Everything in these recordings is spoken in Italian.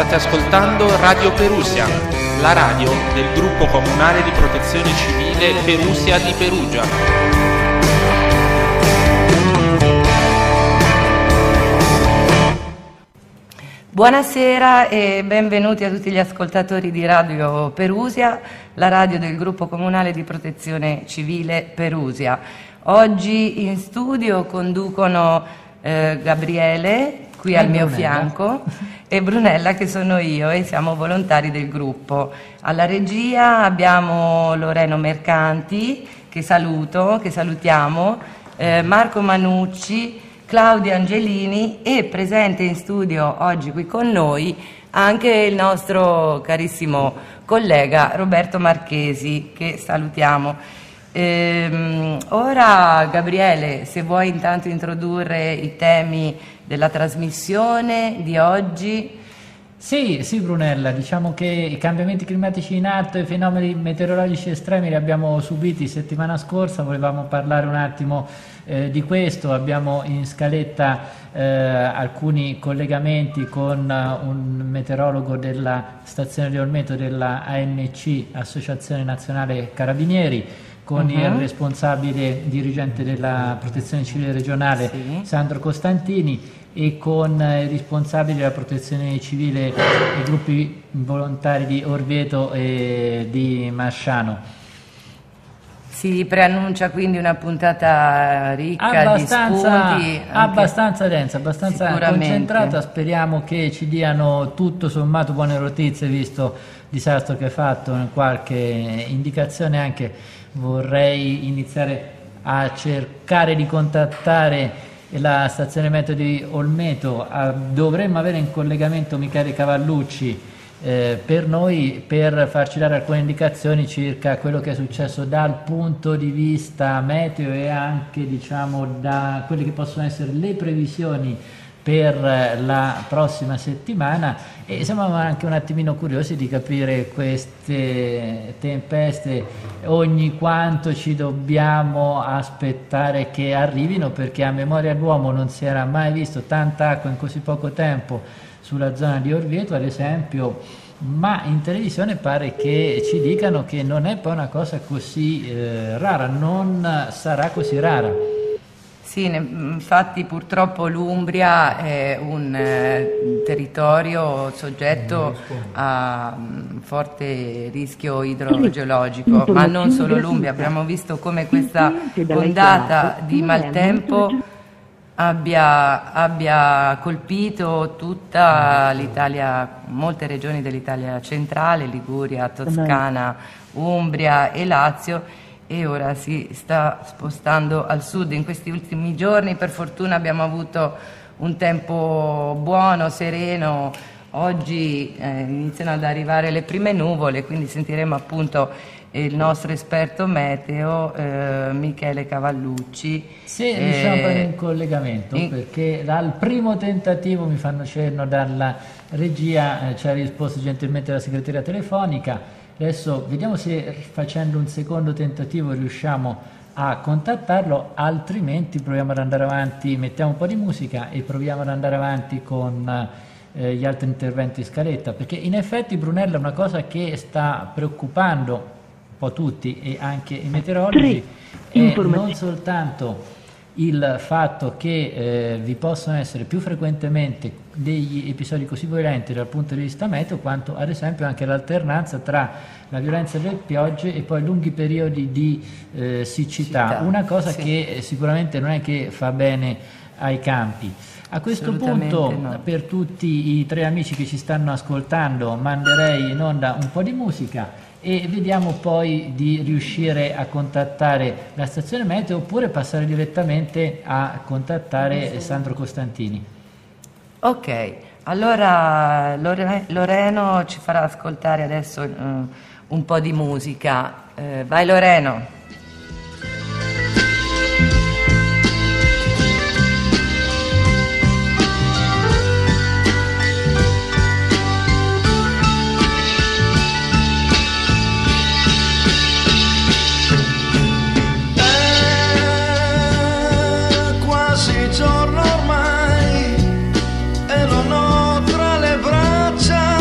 state ascoltando Radio Perusia, la radio del gruppo comunale di protezione civile Perusia di Perugia. Buonasera e benvenuti a tutti gli ascoltatori di Radio Perusia, la radio del gruppo comunale di protezione civile Perusia. Oggi in studio conducono Gabriele, qui al mio fianco, e Brunella, che sono io, e siamo volontari del gruppo. Alla regia abbiamo Loreno Mercanti, che salutiamo, Marco Manucci, Claudia Angelini, e presente in studio oggi qui con noi anche il nostro carissimo collega Roberto Marchesi, che salutiamo. Ora Gabriele, se vuoi intanto introdurre i temi della trasmissione di oggi. Sì, Brunella, diciamo che i cambiamenti climatici in atto e i fenomeni meteorologici estremi li abbiamo subiti settimana scorsa. Volevamo parlare un attimo di questo. Abbiamo in scaletta alcuni collegamenti con un meteorologo della stazione di Olmeto della ANC, Associazione Nazionale Carabinieri, con il responsabile dirigente della protezione civile regionale, Sandro Costantini, e con i responsabili della protezione civile i gruppi volontari di Orvieto e di Masciano. Si preannuncia quindi una puntata ricca di spunti, abbastanza densa, abbastanza concentrata. Speriamo che ci diano tutto sommato buone notizie, visto il disastro che ha fatto. Qualche indicazione anche vorrei iniziare a cercare di contattare la stazione meteo di Olmeto. Dovremmo avere in collegamento Michele Cavallucci per noi, per farci dare alcune indicazioni circa quello che è successo dal punto di vista meteo e anche, diciamo, da quelle che possono essere le previsioni per la prossima settimana. E siamo anche un attimino curiosi di capire queste tempeste ogni quanto ci dobbiamo aspettare che arrivino, perché a memoria d'uomo non si era mai visto tanta acqua in così poco tempo sulla zona di Orvieto, ad esempio, ma in televisione pare che ci dicano che non è poi una cosa così rara, non sarà così rara. Sì, infatti purtroppo l'Umbria è un territorio soggetto a forte rischio idrogeologico, ma non solo l'Umbria. Abbiamo visto come questa ondata di maltempo abbia colpito tutta l'Italia, molte regioni dell'Italia centrale, Liguria, Toscana, Umbria e Lazio, e ora si sta spostando al sud. In questi ultimi giorni per fortuna abbiamo avuto un tempo buono, sereno. Oggi iniziano ad arrivare le prime nuvole, quindi sentiremo appunto il nostro esperto meteo Michele Cavallucci. Sì, diciamo in collegamento, perché dal primo tentativo, mi fanno cenno dalla regia, ci ha risposto gentilmente la segreteria telefonica. Adesso vediamo se facendo un secondo tentativo riusciamo a contattarlo, altrimenti proviamo ad andare avanti, mettiamo un po' di musica e proviamo ad andare avanti con gli altri interventi in scaletta, perché in effetti, Brunella, una cosa che sta preoccupando un po' tutti e anche i meteorologi è non soltanto il fatto che vi possono essere più frequentemente degli episodi così violenti dal punto di vista meteo, quanto ad esempio anche l'alternanza tra la violenza delle piogge e poi lunghi periodi di siccità, una cosa che sicuramente non è che fa bene ai campi. A questo punto, per tutti i tre amici che ci stanno ascoltando, manderei in onda un po' di musica e vediamo poi di riuscire a contattare la stazione meteo oppure passare direttamente a contattare Sandro Costantini. Ok, allora Loreno ci farà ascoltare adesso un po' di musica. Vai Loreno. Giorno ormai e non ho tra le braccia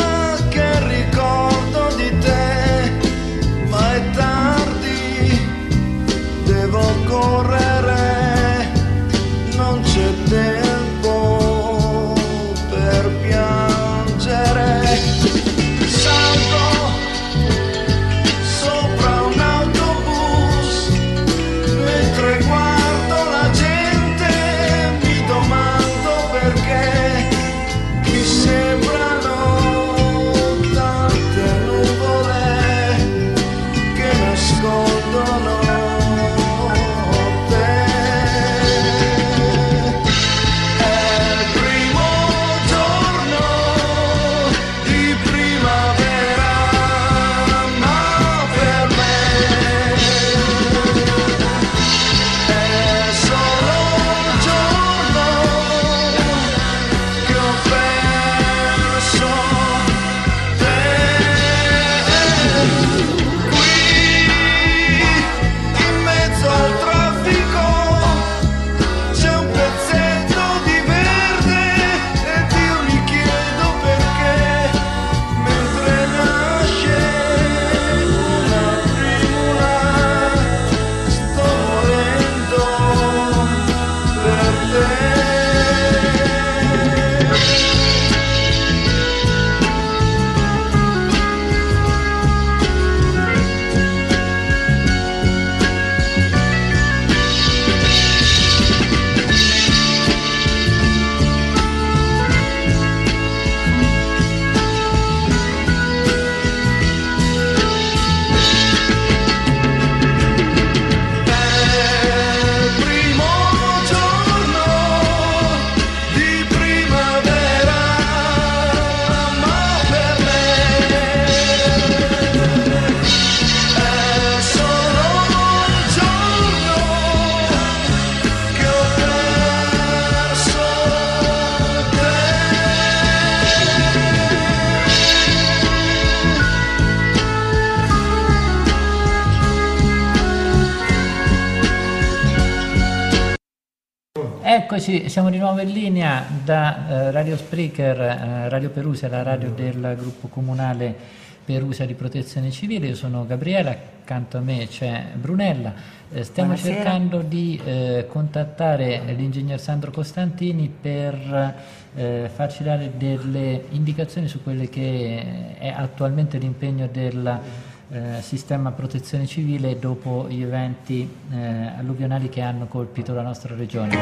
Eccoci, siamo di nuovo in linea da Radio Spreaker, Radio Perusia, la radio del gruppo comunale Perusia di Protezione Civile. Io sono Gabriele, accanto a me c'è Brunella. Stiamo cercando di contattare l'ingegner Sandro Costantini per farci dare delle indicazioni su quelle che è attualmente l'impegno del sistema protezione civile dopo gli eventi alluvionali che hanno colpito la nostra regione.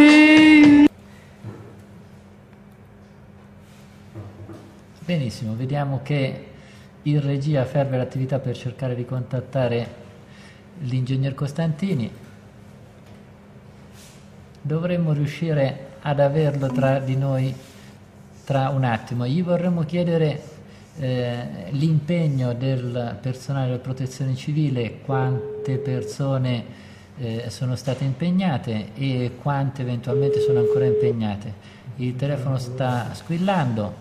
Benissimo, vediamo che in regia ferma l'attività per cercare di contattare l'ingegner Costantini. Dovremmo riuscire ad averlo tra di noi tra un attimo. Gli vorremmo chiedere l'impegno del personale della protezione civile, quante persone sono state impegnate e quante eventualmente sono ancora impegnate. Il telefono sta squillando,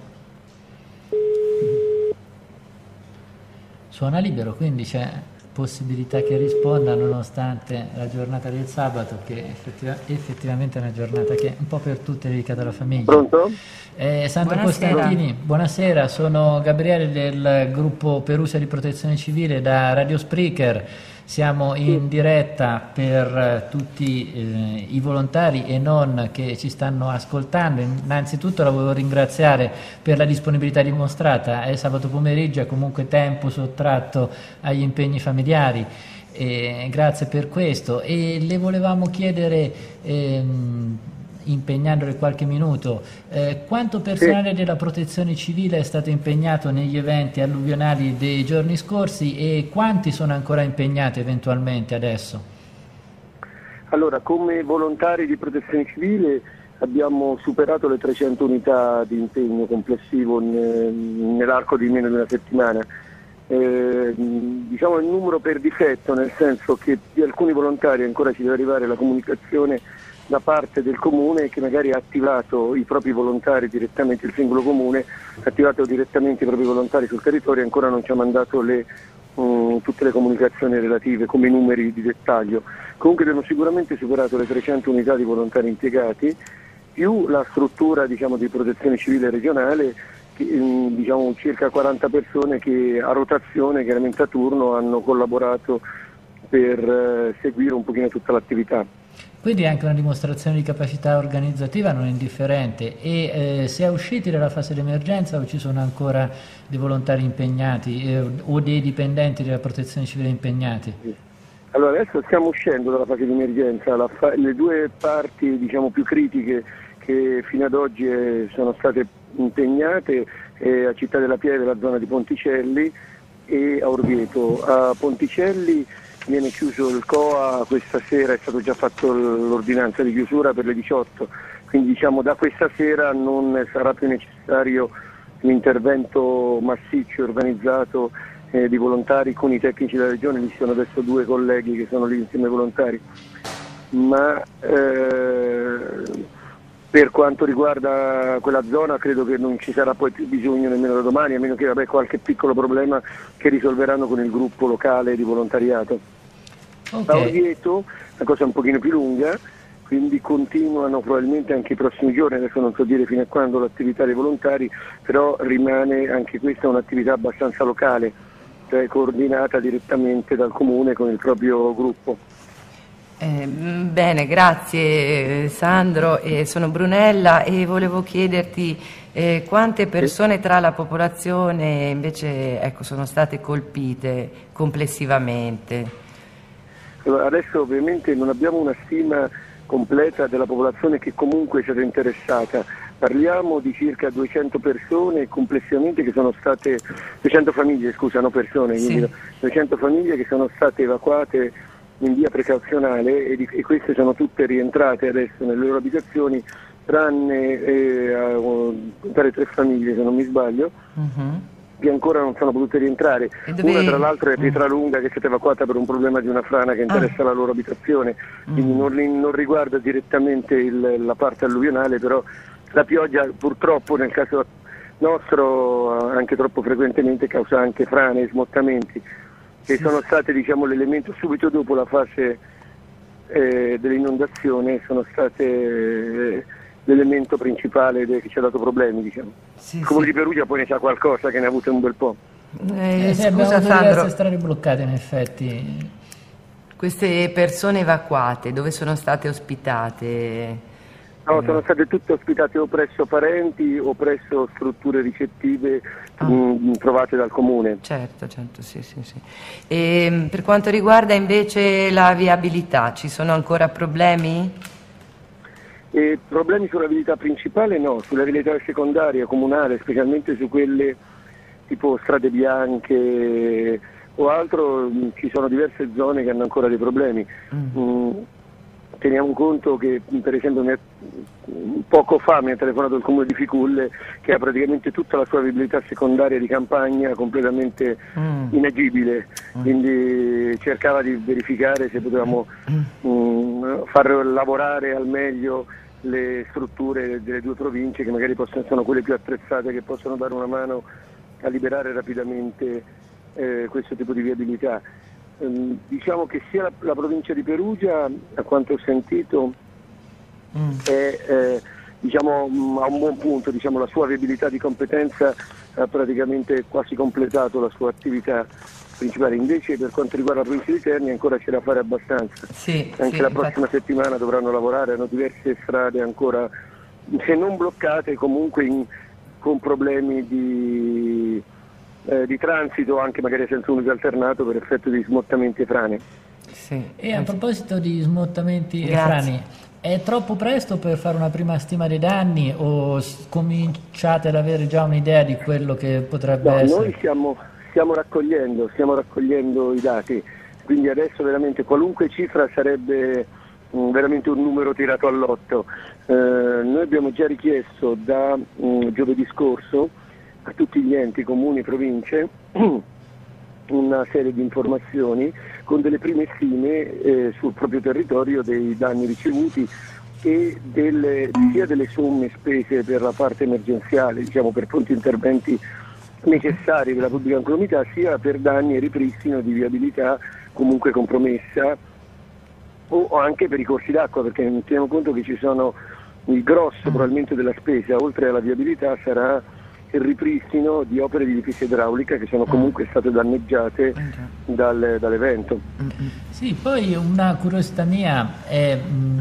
suona libero, quindi c'è possibilità che risponda nonostante la giornata del sabato, che effettivamente è una giornata che è un po' per tutti è dedicata alla famiglia. Pronto? Sandro Costantini, buonasera, sono Gabriele del gruppo Perusia di Protezione Civile da Radio Spreaker. Siamo in diretta per tutti i volontari e non che ci stanno ascoltando. Innanzitutto la volevo ringraziare per la disponibilità dimostrata. È sabato pomeriggio, è comunque tempo sottratto agli impegni familiari. Grazie per questo. E le volevamo chiedere, impegnandole qualche minuto, quanto personale della protezione civile è stato impegnato negli eventi alluvionali dei giorni scorsi e quanti sono ancora impegnati eventualmente adesso? Allora, come volontari di protezione civile abbiamo superato le 300 unità di impegno complessivo nell'arco di meno di una settimana. Diciamo il numero per difetto, nel senso che di alcuni volontari ancora ci deve arrivare la comunicazione da parte del comune che magari ha attivato i propri volontari direttamente, il singolo comune ha attivato direttamente i propri volontari sul territorio e ancora non ci ha mandato tutte le comunicazioni relative come numeri di dettaglio. Comunque abbiamo sicuramente superato le 300 unità di volontari impiegati, più la struttura di protezione civile regionale, circa 40 persone che a rotazione, chiaramente a turno, hanno collaborato per seguire un pochino tutta l'attività. Quindi è anche una dimostrazione di capacità organizzativa non indifferente. E si è usciti dalla fase di emergenza o ci sono ancora dei volontari impegnati o dei dipendenti della protezione civile impegnati? Allora adesso stiamo uscendo dalla fase di emergenza, le due parti più critiche che fino ad oggi sono state impegnate a Città della Pieve, la zona di Ponticelli, e a Orvieto. A Ponticelli viene chiuso il COA questa sera, è stato già fatto l'ordinanza di chiusura per le 18, quindi da questa sera non sarà più necessario l'intervento massiccio e organizzato di volontari con i tecnici della regione. Ci sono adesso 2 colleghi che sono lì insieme ai volontari, ma per quanto riguarda quella zona credo che non ci sarà poi più bisogno nemmeno da domani, a meno che qualche piccolo problema che risolveranno con il gruppo locale di volontariato. A Orvieto la cosa è un pochino più lunga, quindi continuano probabilmente anche i prossimi giorni, adesso non so dire fino a quando l'attività dei volontari, però rimane anche questa un'attività abbastanza locale, cioè coordinata direttamente dal comune con il proprio gruppo. Bene, grazie Sandro. Sono Brunella e volevo chiederti quante persone tra la popolazione invece sono state colpite complessivamente. Allora, adesso ovviamente non abbiamo una stima completa della popolazione che comunque è stata interessata. Parliamo di circa 200 persone complessivamente che sono state, 200 famiglie, scusa, no persone, sì. 200 famiglie che sono state evacuate in via precauzionale e queste sono tutte rientrate adesso nelle loro abitazioni, tranne contare 3 famiglie se non mi sbaglio, che ancora non sono potute rientrare. Una tra l'altro è Pietralunga, che è stata evacuata per un problema di una frana che interessa la loro abitazione, quindi non riguarda direttamente la parte alluvionale, però la pioggia purtroppo nel caso nostro anche troppo frequentemente causa anche frane e smottamenti, che sono state l'elemento subito dopo la fase dell'inondazione sono state l'elemento principale che ci ha dato problemi, diciamo. Sì, Il Comune sì. di Perugia poi ne sa qualcosa, che ne ha avute un bel po'. Sì, abbiamo Scusa avuto Sandro, diverse strade bloccate in effetti. queste persone evacuate dove sono state ospitate? No, sono state tutte ospitate o presso parenti o presso strutture ricettive trovate dal Comune. Certo, sì. E per quanto riguarda invece la viabilità, ci sono ancora problemi? E problemi sulla viabilità principale no, sulla viabilità secondaria, comunale, specialmente su quelle tipo strade bianche o altro, ci sono diverse zone che hanno ancora dei problemi. Teniamo conto che per esempio poco fa mi ha telefonato il Comune di Ficulle, che ha praticamente tutta la sua viabilità secondaria di campagna completamente inagibile, quindi cercava di verificare se potevamo far lavorare al meglio le strutture delle due province, che magari sono quelle più attrezzate, che possono dare una mano a liberare rapidamente questo tipo di viabilità. Diciamo che sia la provincia di Perugia, a quanto ho sentito, è a un buon punto, diciamo, la sua viabilità di competenza ha praticamente quasi completato la sua attività principale. Invece per quanto riguarda la provincia di Terni ancora c'è da fare abbastanza. Anche la prossima settimana dovranno lavorare, hanno diverse strade ancora, se non bloccate, comunque con problemi di transito, anche magari senza uso alternato per effetto di smottamenti e frane. E a proposito di smottamenti e frane, è troppo presto per fare una prima stima dei danni o cominciate ad avere già un'idea di quello che potrebbe essere? Noi stiamo raccogliendo i dati, quindi adesso veramente qualunque cifra sarebbe veramente un numero tirato al lotto. Noi abbiamo già richiesto da giovedì scorso a tutti gli enti, comuni e province una serie di informazioni con delle prime stime sul proprio territorio dei danni ricevuti e sia delle somme spese per la parte emergenziale, diciamo per pronti interventi necessari per la pubblica incolumità, sia per danni e ripristino di viabilità comunque compromessa o anche per i corsi d'acqua, perché teniamo conto che ci sono il grosso probabilmente della spesa, oltre alla viabilità, sarà il ripristino di opere di difesa idraulica che sono comunque state danneggiate dall'evento. Sì, poi una curiosità mia è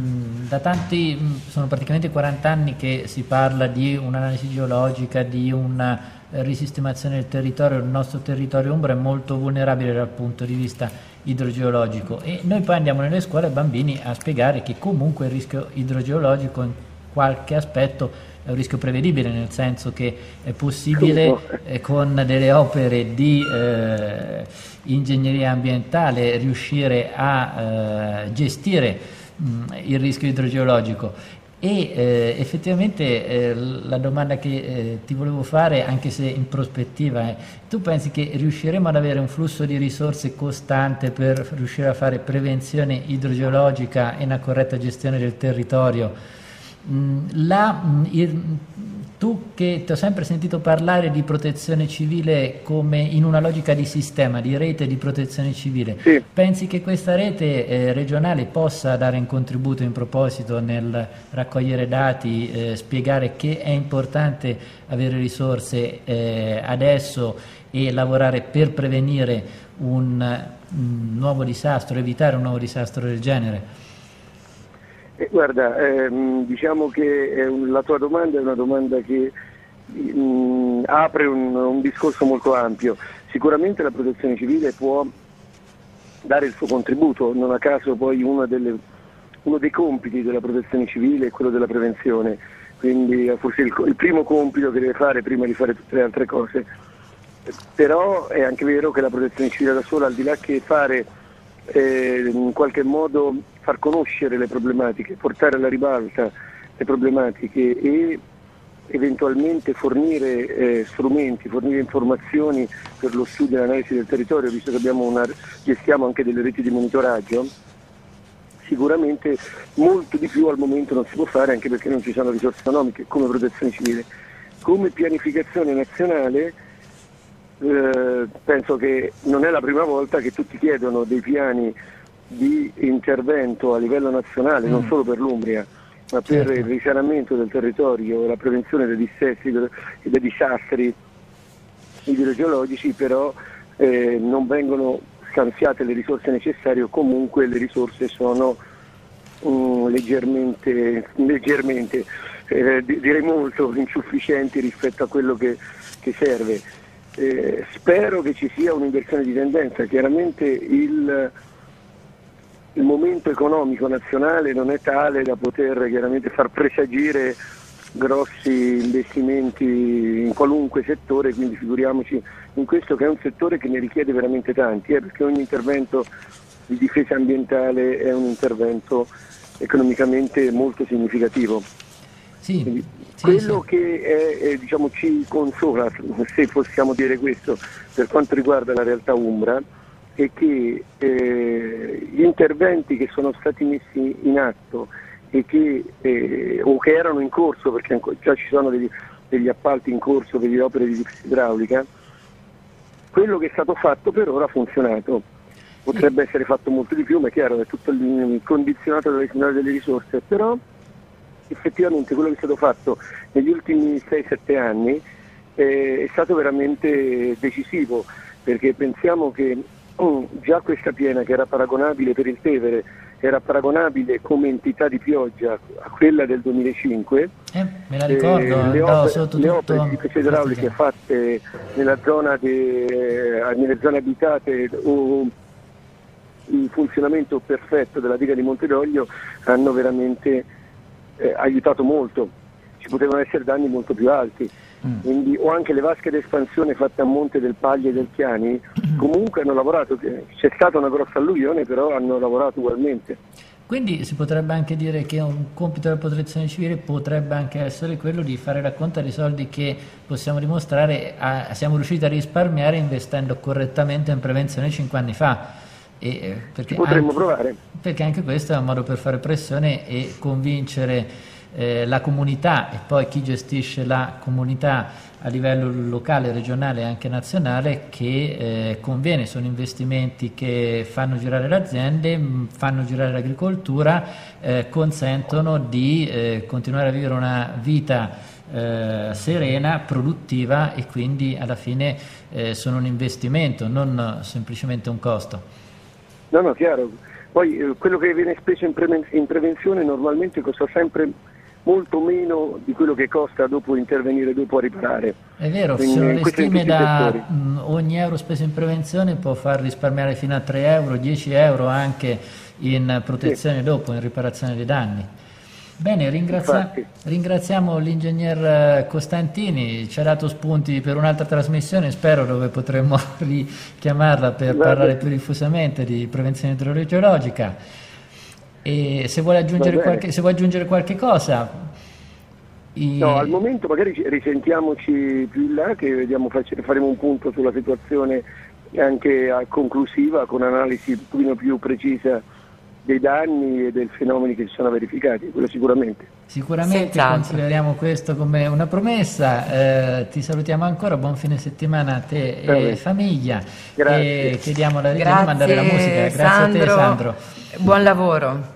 sono praticamente 40 anni che si parla di un'analisi geologica, di una risistemazione del territorio. Il nostro territorio Umbro è molto vulnerabile dal punto di vista idrogeologico e noi poi andiamo nelle scuole ai bambini a spiegare che comunque il rischio idrogeologico in qualche aspetto è un rischio prevedibile, nel senso che è possibile con delle opere di ingegneria ambientale riuscire a gestire il rischio idrogeologico. E effettivamente la domanda che ti volevo fare, anche se in prospettiva, è: tu pensi che riusciremo ad avere un flusso di risorse costante per riuscire a fare prevenzione idrogeologica e una corretta gestione del territorio? Tu che ti ho sempre sentito parlare di protezione civile come in una logica di sistema, di rete di protezione civile, sì. Pensi che questa rete regionale possa dare un contributo in proposito nel raccogliere dati, spiegare che è importante avere risorse adesso e lavorare per prevenire un nuovo disastro, evitare un nuovo disastro del genere? Guarda, diciamo che la tua domanda è una domanda che apre un discorso molto ampio. Sicuramente la protezione civile può dare il suo contributo, non a caso poi uno dei compiti della protezione civile è quello della prevenzione, quindi forse il primo compito che deve fare prima di fare tutte le altre cose. Però è anche vero che la protezione civile da sola, al di là che fare in qualche modo far conoscere le problematiche, portare alla ribalta le problematiche e eventualmente fornire strumenti, fornire informazioni per lo studio e l'analisi del territorio, visto che gestiamo anche delle reti di monitoraggio, sicuramente molto di più al momento non si può fare, anche perché non ci sono risorse economiche come protezione civile. Come pianificazione nazionale penso che non è la prima volta che tutti chiedono dei piani di intervento a livello nazionale, non solo per l'Umbria, ma per il risanamento del territorio e la prevenzione dei dissesti e dei disastri idrogeologici, però non vengono stanziate le risorse necessarie, o comunque le risorse sono leggermente direi molto insufficienti rispetto a quello che serve. Spero che ci sia un'inversione di tendenza. Chiaramente il momento economico nazionale non è tale da poter chiaramente far presagire grossi investimenti in qualunque settore, quindi figuriamoci in questo, che è un settore che ne richiede veramente tanti, perché ogni intervento di difesa ambientale è un intervento economicamente molto significativo. Quello che diciamo, ci consola, se possiamo dire questo, per quanto riguarda la realtà umbra, è che gli interventi che sono stati messi in atto e o che erano in corso, perché già ci sono degli appalti in corso per le opere di difesa idraulica, quello che è stato fatto per ora ha funzionato. Potrebbe essere fatto molto di più, ma è chiaro, è tutto condizionato dalle finalità delle risorse, però effettivamente quello che è stato fatto negli ultimi 6-7 anni è stato veramente decisivo, perché pensiamo che già questa piena, che era paragonabile per il Tevere, era paragonabile come entità di pioggia a quella del 2005. Me la ricordo, le opere di difesa idrauliche fatte nelle zone abitate o il funzionamento perfetto della diga di Montedoglio hanno veramente aiutato molto. Ci potevano essere danni molto più alti. Quindi, o anche le vasche d'espansione fatte a monte del Paglia e del Chiani, comunque hanno lavorato, c'è stata una grossa alluvione, però hanno lavorato ugualmente. Quindi si potrebbe anche dire che un compito della protezione civile potrebbe anche essere quello di fare racconto dei soldi che possiamo dimostrare siamo riusciti a risparmiare investendo correttamente in prevenzione 5 anni fa. Perché potremmo provare. Perché anche questo è un modo per fare pressione e convincere la comunità, e poi chi gestisce la comunità a livello locale, regionale e anche nazionale, che conviene, sono investimenti che fanno girare le aziende, fanno girare l'agricoltura, consentono di continuare a vivere una vita serena, produttiva, e quindi alla fine sono un investimento, non semplicemente un costo. No, chiaro. Poi quello che viene speso in prevenzione normalmente costa sempre molto meno di quello che costa dopo intervenire, dopo a riparare. È vero, quindi, sono le stime ogni euro speso in prevenzione può far risparmiare fino a 3 euro, 10 euro anche in protezione dopo, in riparazione dei danni. Bene, ringraziamo l'ingegner Costantini, ci ha dato spunti per un'altra trasmissione, spero, dove potremmo richiamarla per parlare più diffusamente di prevenzione idrogeologica. E se vuoi aggiungere qualche cosa. No, al momento magari risentiamoci più in là, che faremo un punto sulla situazione anche conclusiva, con analisi un pochino più precisa dei danni e dei fenomeni che si sono verificati, quello sicuramente. Sicuramente consideriamo questo come una promessa. Ti salutiamo ancora, buon fine settimana a te e famiglia. Grazie. E chiediamo alla regia di mandare la musica. Grazie a te, Sandro. Buon lavoro.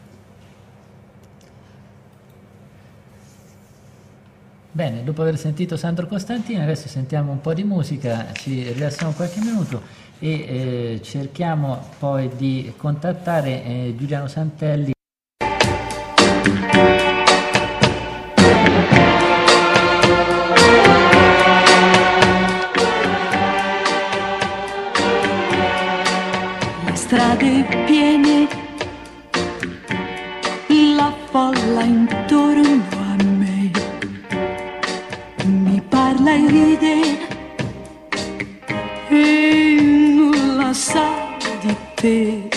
Bene, dopo aver sentito Sandro Costantini, adesso sentiamo un po' di musica, ci rilassiamo qualche minuto e cerchiamo poi di contattare Giuliano Santelli. Le strade piene, la folla intorno a me, mi parla e ride e nulla sa di te.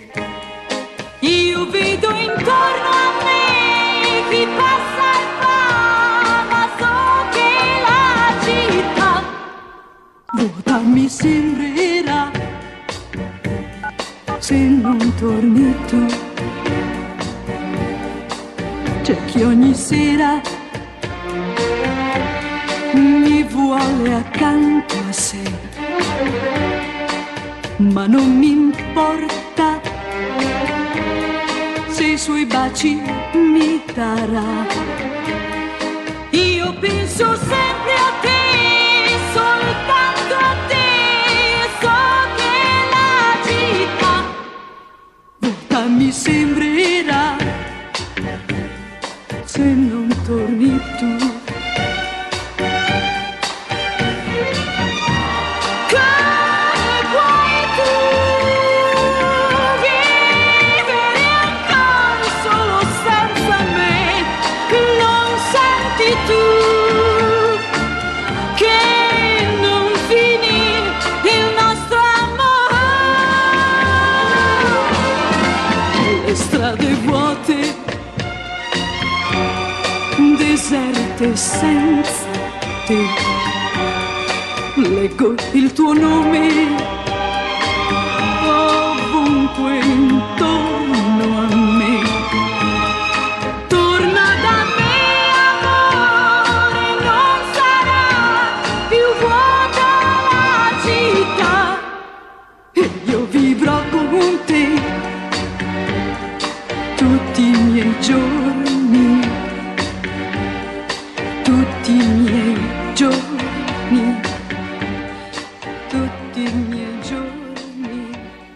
Io vedo intorno a me chi passa e va, ma so che la città vuota mi sembrerà se non torni tu. C'è chi ogni sera mi vuole accanto a sé, ma non mi importa pace mi darà. Io penso sempre a te, soltanto a te, so che la città vuota mi sembrerà se non torni tu. Strade vuote, deserte senza te, leggo il tuo nome ovunque intorno a me. Torna da me, amore, non sarà più vuota la città e io vivrò con te tutti i miei giorni, tutti i miei giorni, tutti i miei giorni,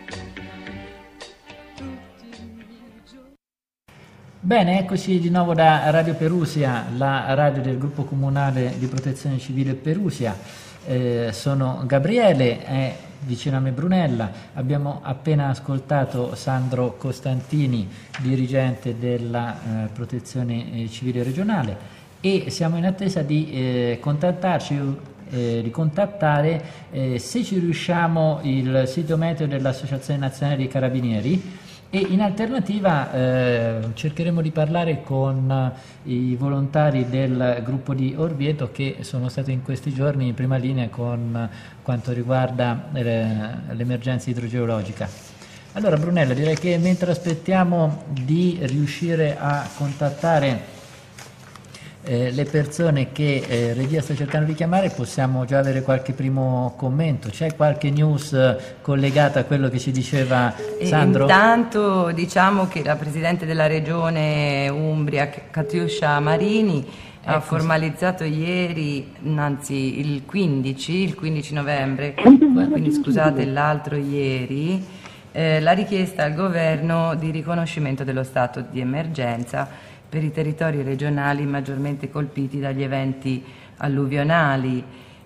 tutti i miei giorni. Bene, eccoci di nuovo da Radio Perusia, la radio del gruppo comunale di protezione civile Perusia. Sono Gabriele, vicino a me Brunella. Abbiamo appena ascoltato Sandro Costantini, dirigente della protezione civile regionale, e siamo in attesa di contattare se ci riusciamo il sito meteo dell'Associazione Nazionale dei Carabinieri, e in alternativa cercheremo di parlare con i volontari del gruppo di Orvieto, che sono stati in questi giorni in prima linea con quanto riguarda l'emergenza idrogeologica. Allora Brunella, direi che mentre aspettiamo di riuscire a contattare le persone che regia sta cercando di chiamare, possiamo già avere qualche primo commento. C'è qualche news collegata a quello che ci diceva Sandro? Intanto diciamo che la Presidente della Regione Umbria, Katiuscia Marini, ha formalizzato ieri, anzi il 15 novembre, quindi scusate, l'altro ieri, la richiesta al governo di riconoscimento dello stato di emergenza per i territori regionali maggiormente colpiti dagli eventi alluvionali.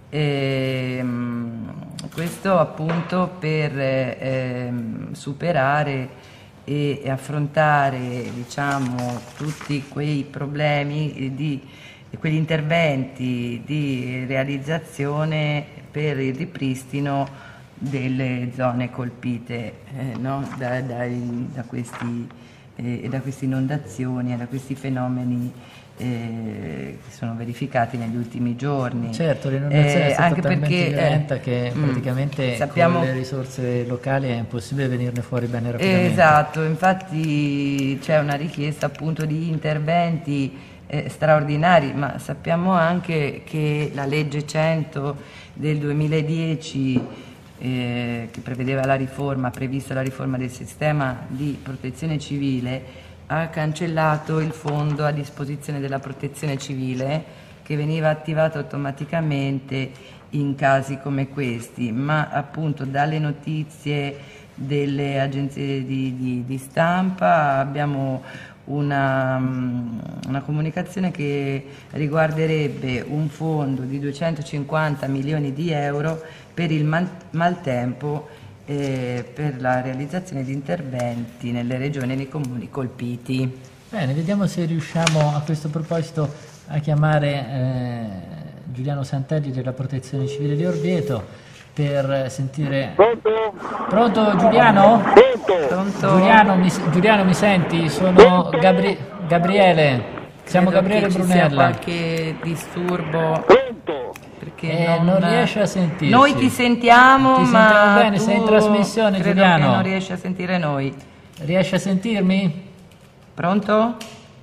Questo appunto per superare e affrontare, diciamo, tutti quei problemi quegli interventi di realizzazione per il ripristino delle zone colpite no? da queste inondazioni e da questi fenomeni che sono verificati negli ultimi giorni. Certo, l'inondazione è stata anche talmente perché violenta che praticamente sappiamo, con le risorse locali è impossibile venirne fuori bene rapidamente. Esatto, infatti c'è una richiesta appunto di interventi straordinari, ma sappiamo anche che la legge 100 del 2010 che prevedeva la riforma, ha previsto la riforma del sistema di protezione civile, ha cancellato il fondo a disposizione della protezione civile che veniva attivato automaticamente in casi come questi, ma appunto dalle notizie delle agenzie di stampa abbiamo una comunicazione che riguarderebbe un fondo di 250 milioni di euro per il maltempo per la realizzazione di interventi nelle regioni e nei comuni colpiti. Bene, vediamo se riusciamo a questo proposito a chiamare Giuliano Santelli della Protezione Civile di Orvieto per sentire... Pronto Giuliano? Pronto? Giuliano, mi senti? Sono Gabriele. Siamo Credo Gabriele che ci Brunella. sia qualche disturbo. Perché non riesce a sentirci. Noi ti sentiamo, Ti ma sentiamo bene, tu sei in trasmissione, credo Giuliano. che non riesci a sentire noi. Riesci a sentirmi? Pronto?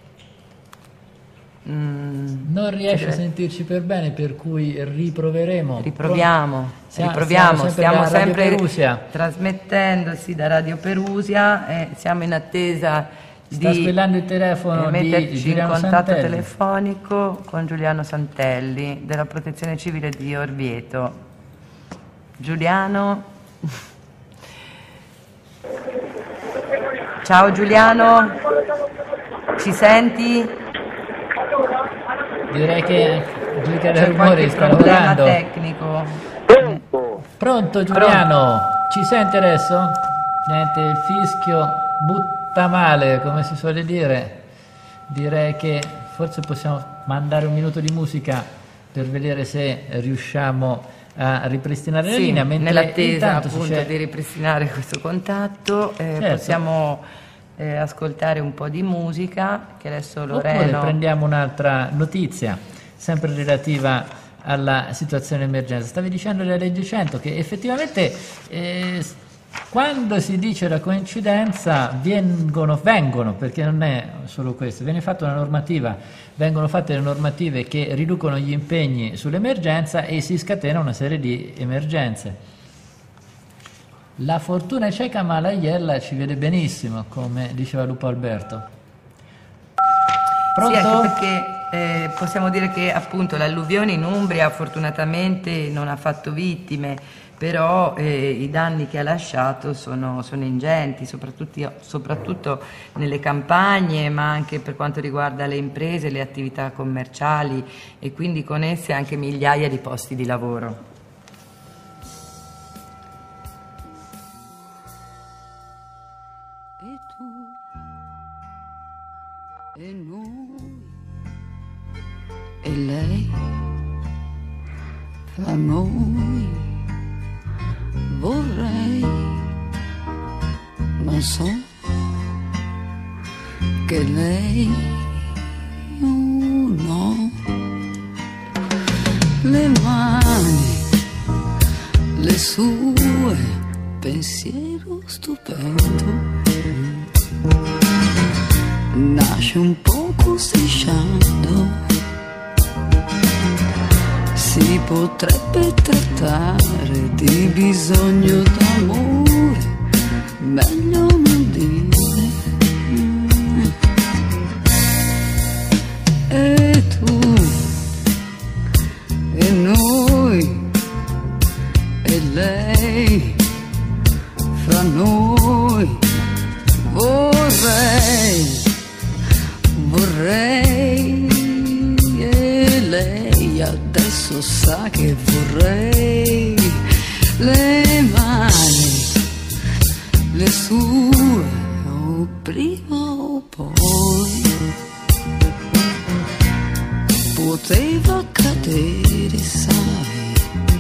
Non riesce a sentirci per bene, per cui riproveremo. Riproviamo. Stiamo sempre trasmettendo da Radio Perusia, siamo in attesa Sta squillando il telefono di metterci in Giuliano contatto Santelli. telefonico con Giuliano Santelli della Protezione Civile di Orvieto. Giuliano. Ciao Giuliano, ci senti? Direi che Giulica del C'è Rumore qualche sta problema lavorando. tecnico. Pronto Giuliano? Ci sente adesso? Niente, il fischio butta male, come si suole dire. Direi che forse possiamo mandare un minuto di musica per vedere se riusciamo a ripristinare la linea. Mentre Nell'attesa intanto appunto di ripristinare questo contatto, Certo. possiamo ascoltare un po' di musica che adesso Oppure Loreno... prendiamo un'altra notizia, sempre relativa alla situazione emergenza. Stavi dicendo della legge 100 che effettivamente quando si dice la coincidenza vengono, perché non è solo questo, viene fatta una normativa, vengono fatte le normative che riducono gli impegni sull'emergenza e si scatena una serie di emergenze. La fortuna è cieca ma la iella ci vede benissimo, come diceva Lupo Alberto. Pronto? Sì, anche perché possiamo dire che appunto l'alluvione in Umbria fortunatamente non ha fatto vittime, però i danni che ha lasciato sono ingenti, soprattutto nelle campagne, ma anche per quanto riguarda le imprese, le attività commerciali e quindi con esse anche migliaia di posti di lavoro. E tu e noi e lei fra noi vorrei, ma so che lei no, le mani, le sue, pensiero stupendo, nasce un poco strisciando. Si potrebbe trattare di bisogno d'amore, meglio non dire. E tu e noi e lei fra noi vorrei e lei adesso sa che vorrei le mani, le sue, o prima o poi poteva accadere, sai,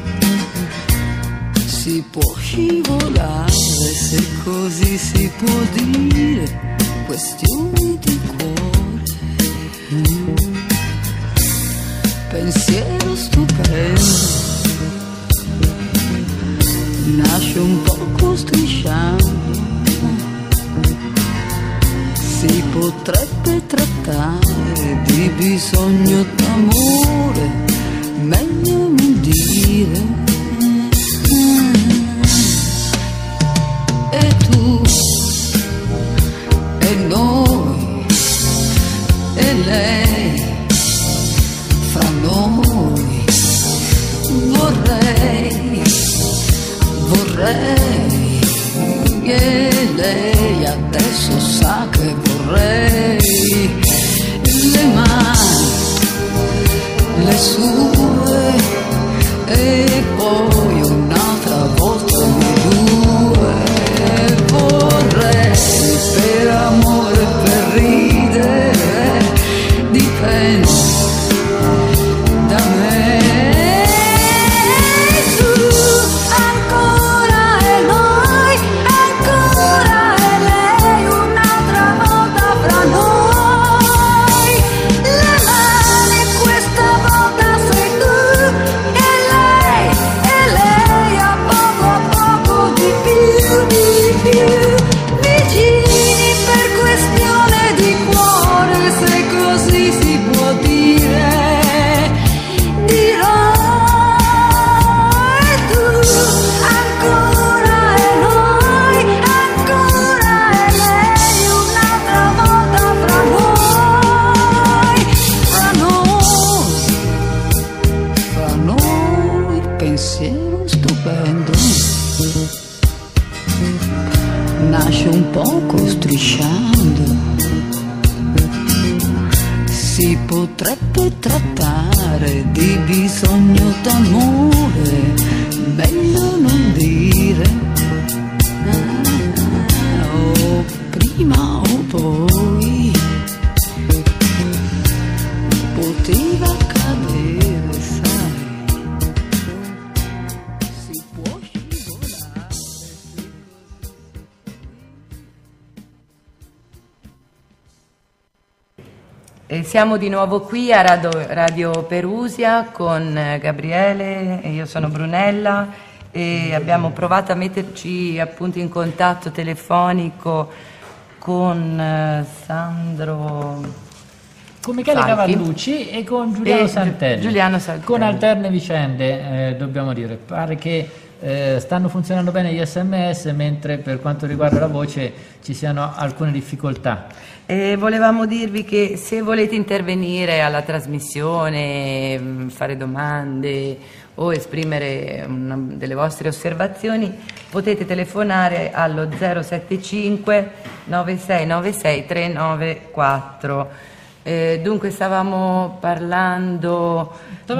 si può scivolare se così si può dire, questioni di cuore, pensiero stupendo, nasce un poco strisciando, si potrebbe trattare di bisogno d'amore, meglio non dire. E tu e noi e lei fra noi vorrei e lei adesso sa che vorrei le mani, le sue e pensiero stupendo nasce un poco strisciando, si potrebbe trattare di bisogno d'amore, meglio non dire, o prima o poi poteva accadere, sai, si può scivolare. Siamo di nuovo qui a Radio Perusia con Gabriele, e io sono Brunella, e abbiamo provato a metterci appunto in contatto telefonico con Sandro, con Michele Cavallucci e con Giuliano Santelli. Con alterne vicende, dobbiamo dire. Pare che stanno funzionando bene gli SMS, mentre per quanto riguarda la voce ci siano alcune difficoltà. Volevamo dirvi che se volete intervenire alla trasmissione, fare domande o esprimere delle vostre osservazioni, potete telefonare allo 075 9696 394. Dunque stavamo parlando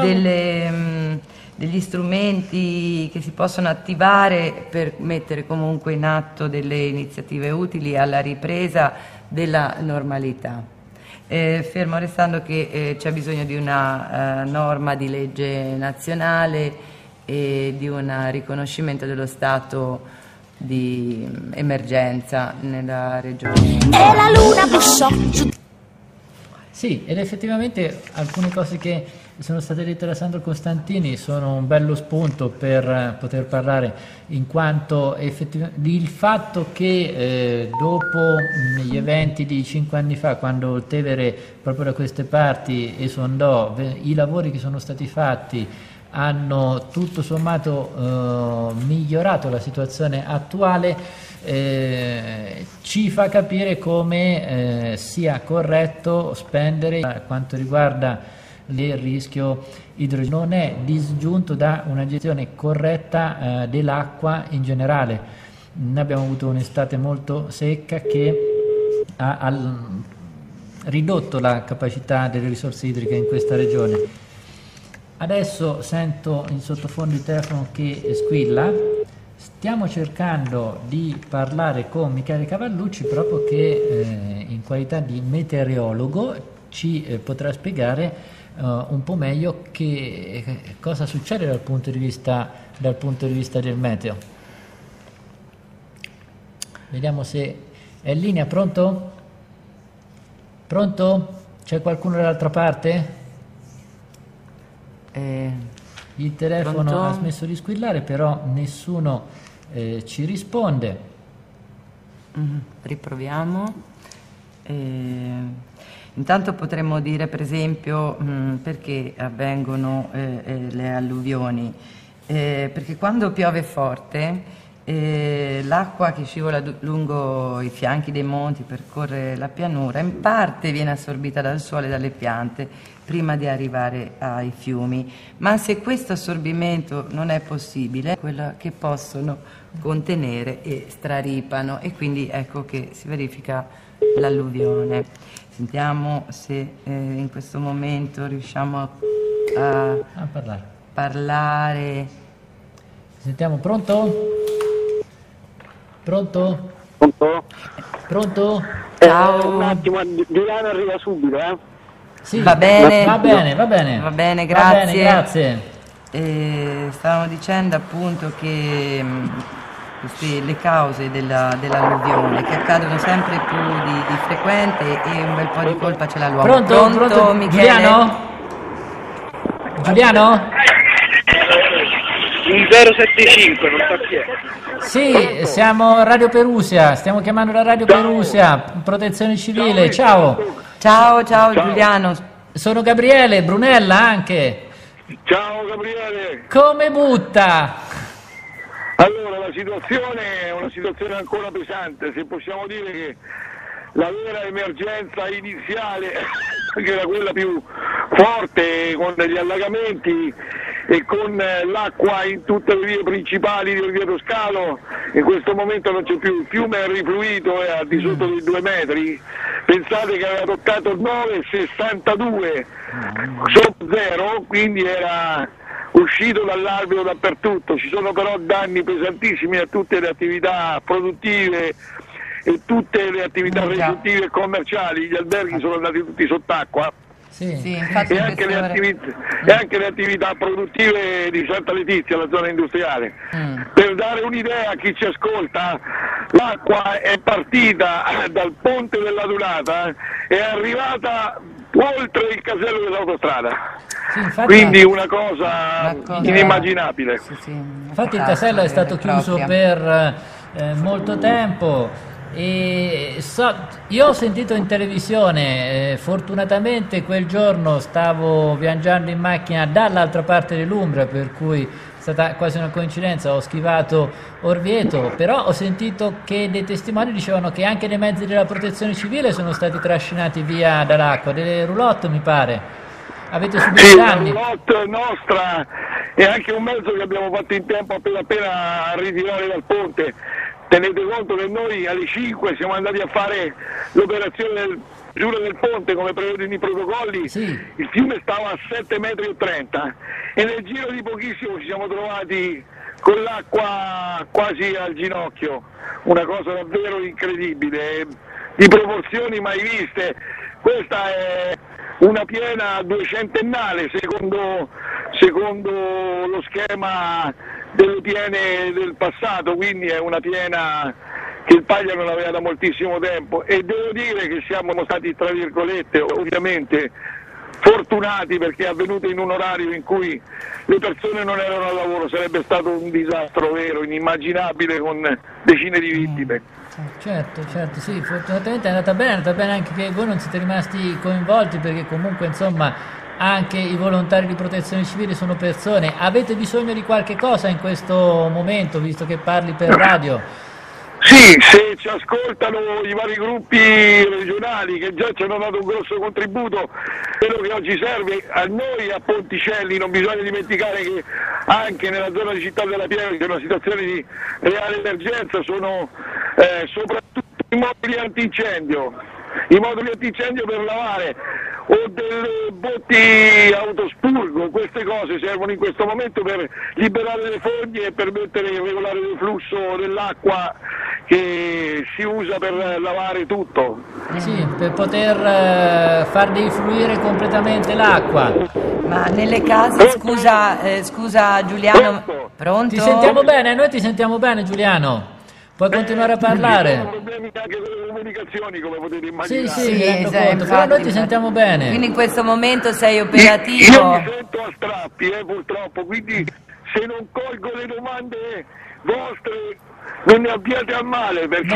degli strumenti che si possono attivare per mettere comunque in atto delle iniziative utili alla ripresa della normalità. Fermo restando che c'è bisogno di una norma di legge nazionale e di un riconoscimento dello stato di emergenza nella regione. E la luna bussò. Sì, ed effettivamente alcune cose che sono state dette da Sandro Costantini sono un bello spunto per poter parlare, in quanto il fatto che dopo gli eventi di 5 anni fa, quando il Tevere proprio da queste parti esondò, i lavori che sono stati fatti hanno tutto sommato migliorato la situazione attuale, ci fa capire come sia corretto spendere per quanto riguarda il rischio idrogeologico. Non è disgiunto da una gestione corretta dell'acqua in generale. Noi abbiamo avuto un'estate molto secca che ha ridotto la capacità delle risorse idriche in questa regione. Adesso sento in sottofondo il telefono che squilla. Stiamo cercando di parlare con Michele Cavallucci, proprio che in qualità di meteorologo ci potrà spiegare un po' meglio che cosa succede dal punto di vista del meteo. Vediamo se è in linea. Pronto? Pronto? C'è qualcuno dall'altra parte? Il telefono pronto? Ha smesso di squillare, però nessuno ci risponde. Riproviamo. Intanto potremmo dire, per esempio, perché avvengono le alluvioni. Perché quando piove forte, l'acqua che scivola lungo i fianchi dei monti, percorre la pianura, in parte viene assorbita dal suolo e dalle piante prima di arrivare ai fiumi. Ma se questo assorbimento non è possibile, quella che possono contenere e straripano, e quindi ecco che si verifica l'alluvione. Sentiamo se in questo momento riusciamo a parlare. Sentiamo, pronto? Pronto? Pronto? Pronto? Ciao. Un attimo, Giuliano arriva subito, Sì, va bene. Va bene, grazie. Va bene, grazie. Stavamo dicendo appunto che le cause dell'alluvione, che accadono sempre più di frequente, e un bel po' di colpa ce l'ha l'uomo. Pronto, Michele? Giuliano? Un 075, non so chi è. Sì, siamo Radio Perusia, stiamo chiamando da Radio Perusia, Protezione Civile. Ciao Giuliano. Sono Gabriele, Brunella anche. Ciao Gabriele. Come butta? Allora, la situazione è una situazione ancora pesante, se possiamo dire che la vera emergenza iniziale, che era quella più forte con gli allagamenti, e con l'acqua in tutte le vie principali di Orvieto Scalo. In questo momento non c'è più, il fiume è rifluito, è al di sotto dei 2 metri. Pensate che aveva toccato 9,62 sotto zero, quindi era uscito dall'alveo dappertutto. Ci sono però danni pesantissimi a tutte le attività produttive e tutte le attività ricettive e commerciali. Gli alberghi sono andati tutti sott'acqua. Sì, infatti E anche le attività produttive di Santa Letizia, la zona industriale. Per dare un'idea a chi ci ascolta, l'acqua è partita dal ponte della Dunata e è arrivata oltre il casello dell'autostrada. Sì, quindi una cosa inimmaginabile. Infatti il casello è stato chiuso per molto tempo. E io ho sentito in televisione, fortunatamente quel giorno stavo viaggiando in macchina dall'altra parte dell'Umbria, per cui è stata quasi una coincidenza, ho schivato Orvieto, però ho sentito che dei testimoni dicevano che anche dei mezzi della protezione civile sono stati trascinati via dall'acqua, delle roulotte mi pare. Avete subito danni? La roulotte nostra è anche un mezzo che abbiamo fatto in tempo appena a ritirare dal ponte. Tenete conto che noi alle 5 siamo andati a fare l'operazione del chiusura del ponte come prevedono i protocolli, il fiume stava a 7,30 metri e nel giro di pochissimo ci siamo trovati con l'acqua quasi al ginocchio, una cosa davvero incredibile, di proporzioni mai viste. Questa è una piena 200ennale secondo lo schema delle piene del passato, quindi è una piena che il Paglia non aveva da moltissimo tempo, e devo dire che siamo stati, tra virgolette, ovviamente fortunati, perché è avvenuto in un orario in cui le persone non erano al lavoro. Sarebbe stato un disastro vero, inimmaginabile, con decine di vittime. Certo, sì, fortunatamente è andata bene anche che voi non siete rimasti coinvolti, perché comunque insomma anche i volontari di protezione civile sono persone. Avete bisogno di qualche cosa in questo momento, visto che parli per radio? Sì, se ci ascoltano i vari gruppi regionali che già ci hanno dato un grosso contributo, quello che oggi serve a noi a Ponticelli, non bisogna dimenticare che anche nella zona di Città della Pieve c'è una situazione di reale emergenza, sono soprattutto i moduli antincendio per lavare o delle botti autospurgo. Queste cose servono in questo momento per liberare le fogne e permettere di regolare il flusso dell'acqua che si usa per lavare tutto. Sì, per poter far defluire completamente l'acqua. Ma nelle case, scusa Giuliano, pronto? Ti sentiamo bene, noi ti sentiamo bene Giuliano. Puoi continuare a parlare. Ci sono problemi anche con le comunicazioni, come potete immaginare. Sì, mi rendo conto, però noi ti sentiamo bene. Quindi in questo momento sei operativo? Io mi sento a strappi, purtroppo, quindi se non colgo le domande vostre non ne abbiate a male, perché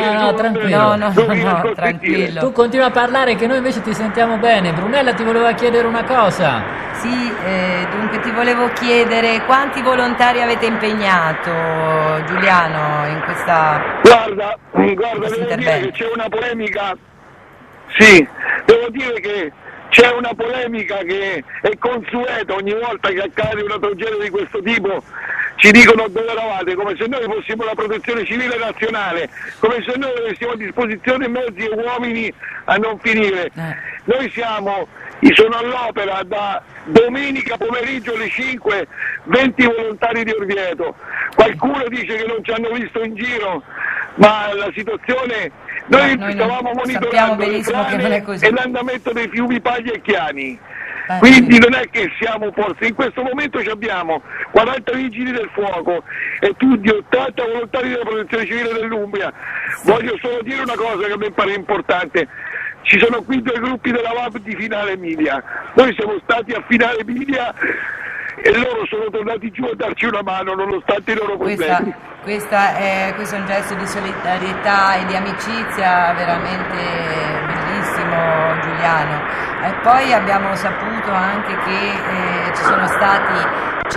tranquillo. Tu continua a parlare che noi invece ti sentiamo bene. Brunella ti voleva chiedere una cosa. Sì, dunque ti volevo chiedere quanti volontari avete impegnato, Giuliano, in questa... Guarda, devo dire che c'è una polemica. Sì, devo dire che c'è una polemica che è consueta ogni volta che accade una tragedia di questo tipo. Ci dicono dove eravate, come se noi fossimo la protezione civile nazionale, come se noi avessimo a disposizione mezzi e uomini a non finire. Noi sono all'opera da domenica pomeriggio alle 5, 20 volontari di Orvieto. Qualcuno dice che non ci hanno visto in giro, ma la situazione, noi stavamo monitorando le frane e l'andamento dei fiumi Paglia e Chiani. Quindi non è che siamo forse, in questo momento abbiamo 40 vigili del fuoco e più di 80 volontari della protezione civile dell'Umbria. Voglio solo dire una cosa che a me pare importante: ci sono qui 2 gruppi della VAP di Finale Emilia, noi siamo stati a Finale Emilia e loro sono tornati giù a darci una mano nonostante i loro problemi. Questo è un gesto di solidarietà e di amicizia veramente bellissimo, Giuliano. E poi abbiamo saputo anche che ci sono stati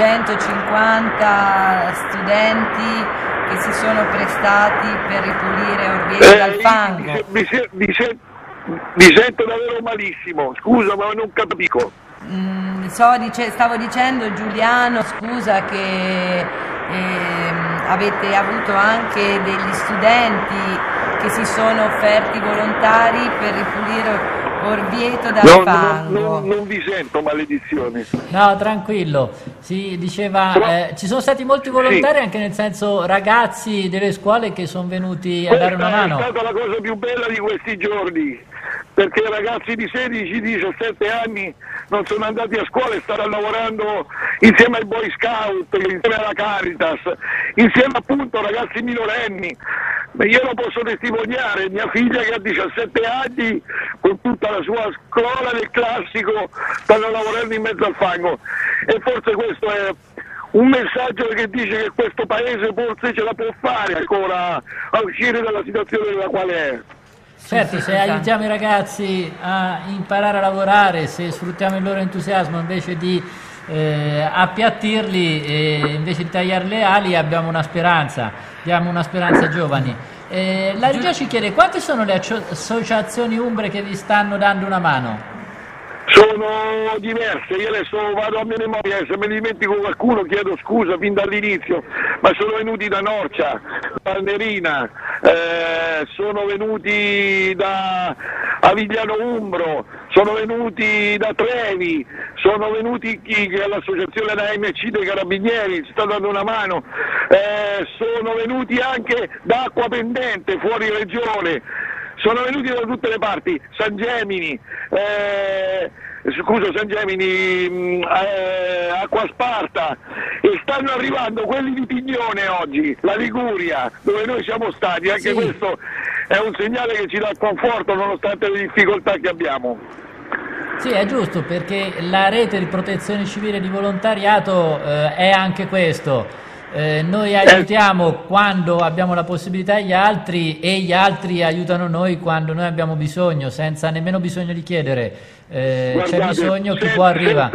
150 studenti che si sono prestati per ripulire Orvieto dal fango. Mi sento davvero malissimo, scusa ma non capisco. Stavo dicendo, Giuliano, scusa, che avete avuto anche degli studenti che si sono offerti volontari per ripulire Orvieto dal fango. Non vi sento, maledizione. No, tranquillo. Si diceva, ci sono stati molti volontari, anche nel senso ragazzi delle scuole che sono venuti a dare una mano. Questa è stata la cosa più bella di questi giorni, perché ragazzi di 16-17 anni non sono andati a scuola e stanno lavorando insieme ai Boy Scout, insieme alla Caritas, insieme appunto a ragazzi minorenni. Io lo posso testimoniare, mia figlia che ha 17 anni, con tutta la sua scuola del classico, stanno lavorando in mezzo al fango. E forse questo è un messaggio che dice che questo paese forse ce la può fare ancora a uscire dalla situazione nella quale è. Certo, se aiutiamo i ragazzi a imparare a lavorare, se sfruttiamo il loro entusiasmo invece di appiattirli e invece di tagliare le ali, abbiamo una speranza, diamo una speranza ai giovani. La regia ci chiede quante sono le associazioni umbre che vi stanno dando una mano? Sono diverse, io adesso vado a memoria, se me ne dimentico qualcuno chiedo scusa fin dall'inizio, ma sono venuti da Norcia, da Nerina, sono venuti da Avigliano Umbro, sono venuti da Trevi, sono venuti che è l'associazione da AMC dei Carabinieri, ci sta dando una mano, sono venuti anche da Acqua Pendente, fuori regione. Sono venuti da tutte le parti, San Gemini, Acqua Sparta, e stanno arrivando quelli di Pignone oggi, la Liguria, dove noi siamo stati, anche questo è un segnale che ci dà conforto nonostante le difficoltà che abbiamo. Sì, è giusto, perché la rete di protezione civile di volontariato è anche questo. Noi aiutiamo quando abbiamo la possibilità gli altri e gli altri aiutano noi quando noi abbiamo bisogno, senza nemmeno bisogno di chiedere. C'è bisogno, chi può arriva.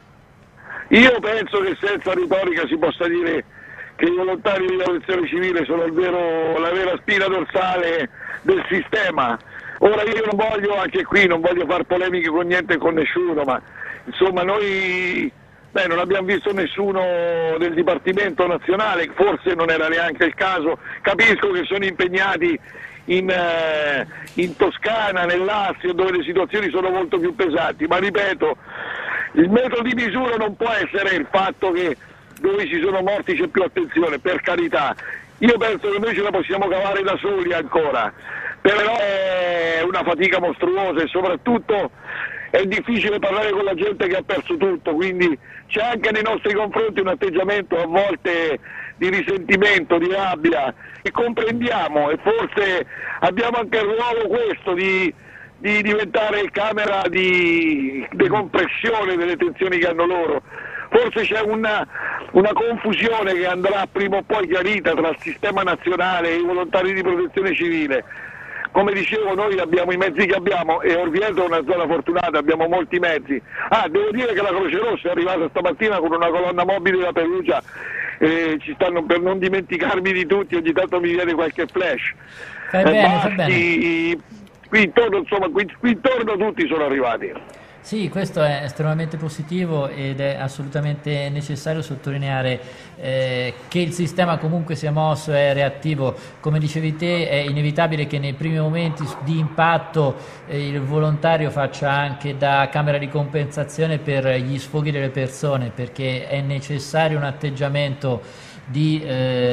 Io penso che senza retorica si possa dire che i volontari di protezione civile sono la vera spina dorsale del sistema. Ora io non voglio fare polemiche con niente e con nessuno, ma insomma noi non abbiamo visto nessuno del Dipartimento Nazionale, forse non era neanche il caso, capisco che sono impegnati in Toscana, nel Lazio, dove le situazioni sono molto più pesanti, ma ripeto, il metodo di misura non può essere il fatto che dove ci sono morti c'è più attenzione, per carità. Io penso che noi ce la possiamo cavare da soli ancora, però è una fatica mostruosa e soprattutto è difficile parlare con la gente che ha perso tutto, quindi c'è anche nei nostri confronti un atteggiamento a volte di risentimento, di rabbia, che comprendiamo, e forse abbiamo anche il ruolo questo di diventare camera di decompressione delle tensioni che hanno loro. Forse c'è una confusione che andrà prima o poi chiarita tra il sistema nazionale e i volontari di protezione civile. Come dicevo, noi abbiamo i mezzi che abbiamo e Orvieto è una zona fortunata, abbiamo molti mezzi. Devo dire che la Croce Rossa è arrivata stamattina con una colonna mobile da Perugia, ci stanno, per non dimenticarmi di tutti, ogni tanto mi viene qualche flash. Fai bene. Qui intorno tutti sono arrivati. Sì, questo è estremamente positivo ed è assolutamente necessario sottolineare che il sistema comunque si è mosso, è reattivo. Come dicevi te, è inevitabile che nei primi momenti di impatto il volontario faccia anche da camera di compensazione per gli sfoghi delle persone, perché è necessario un atteggiamento di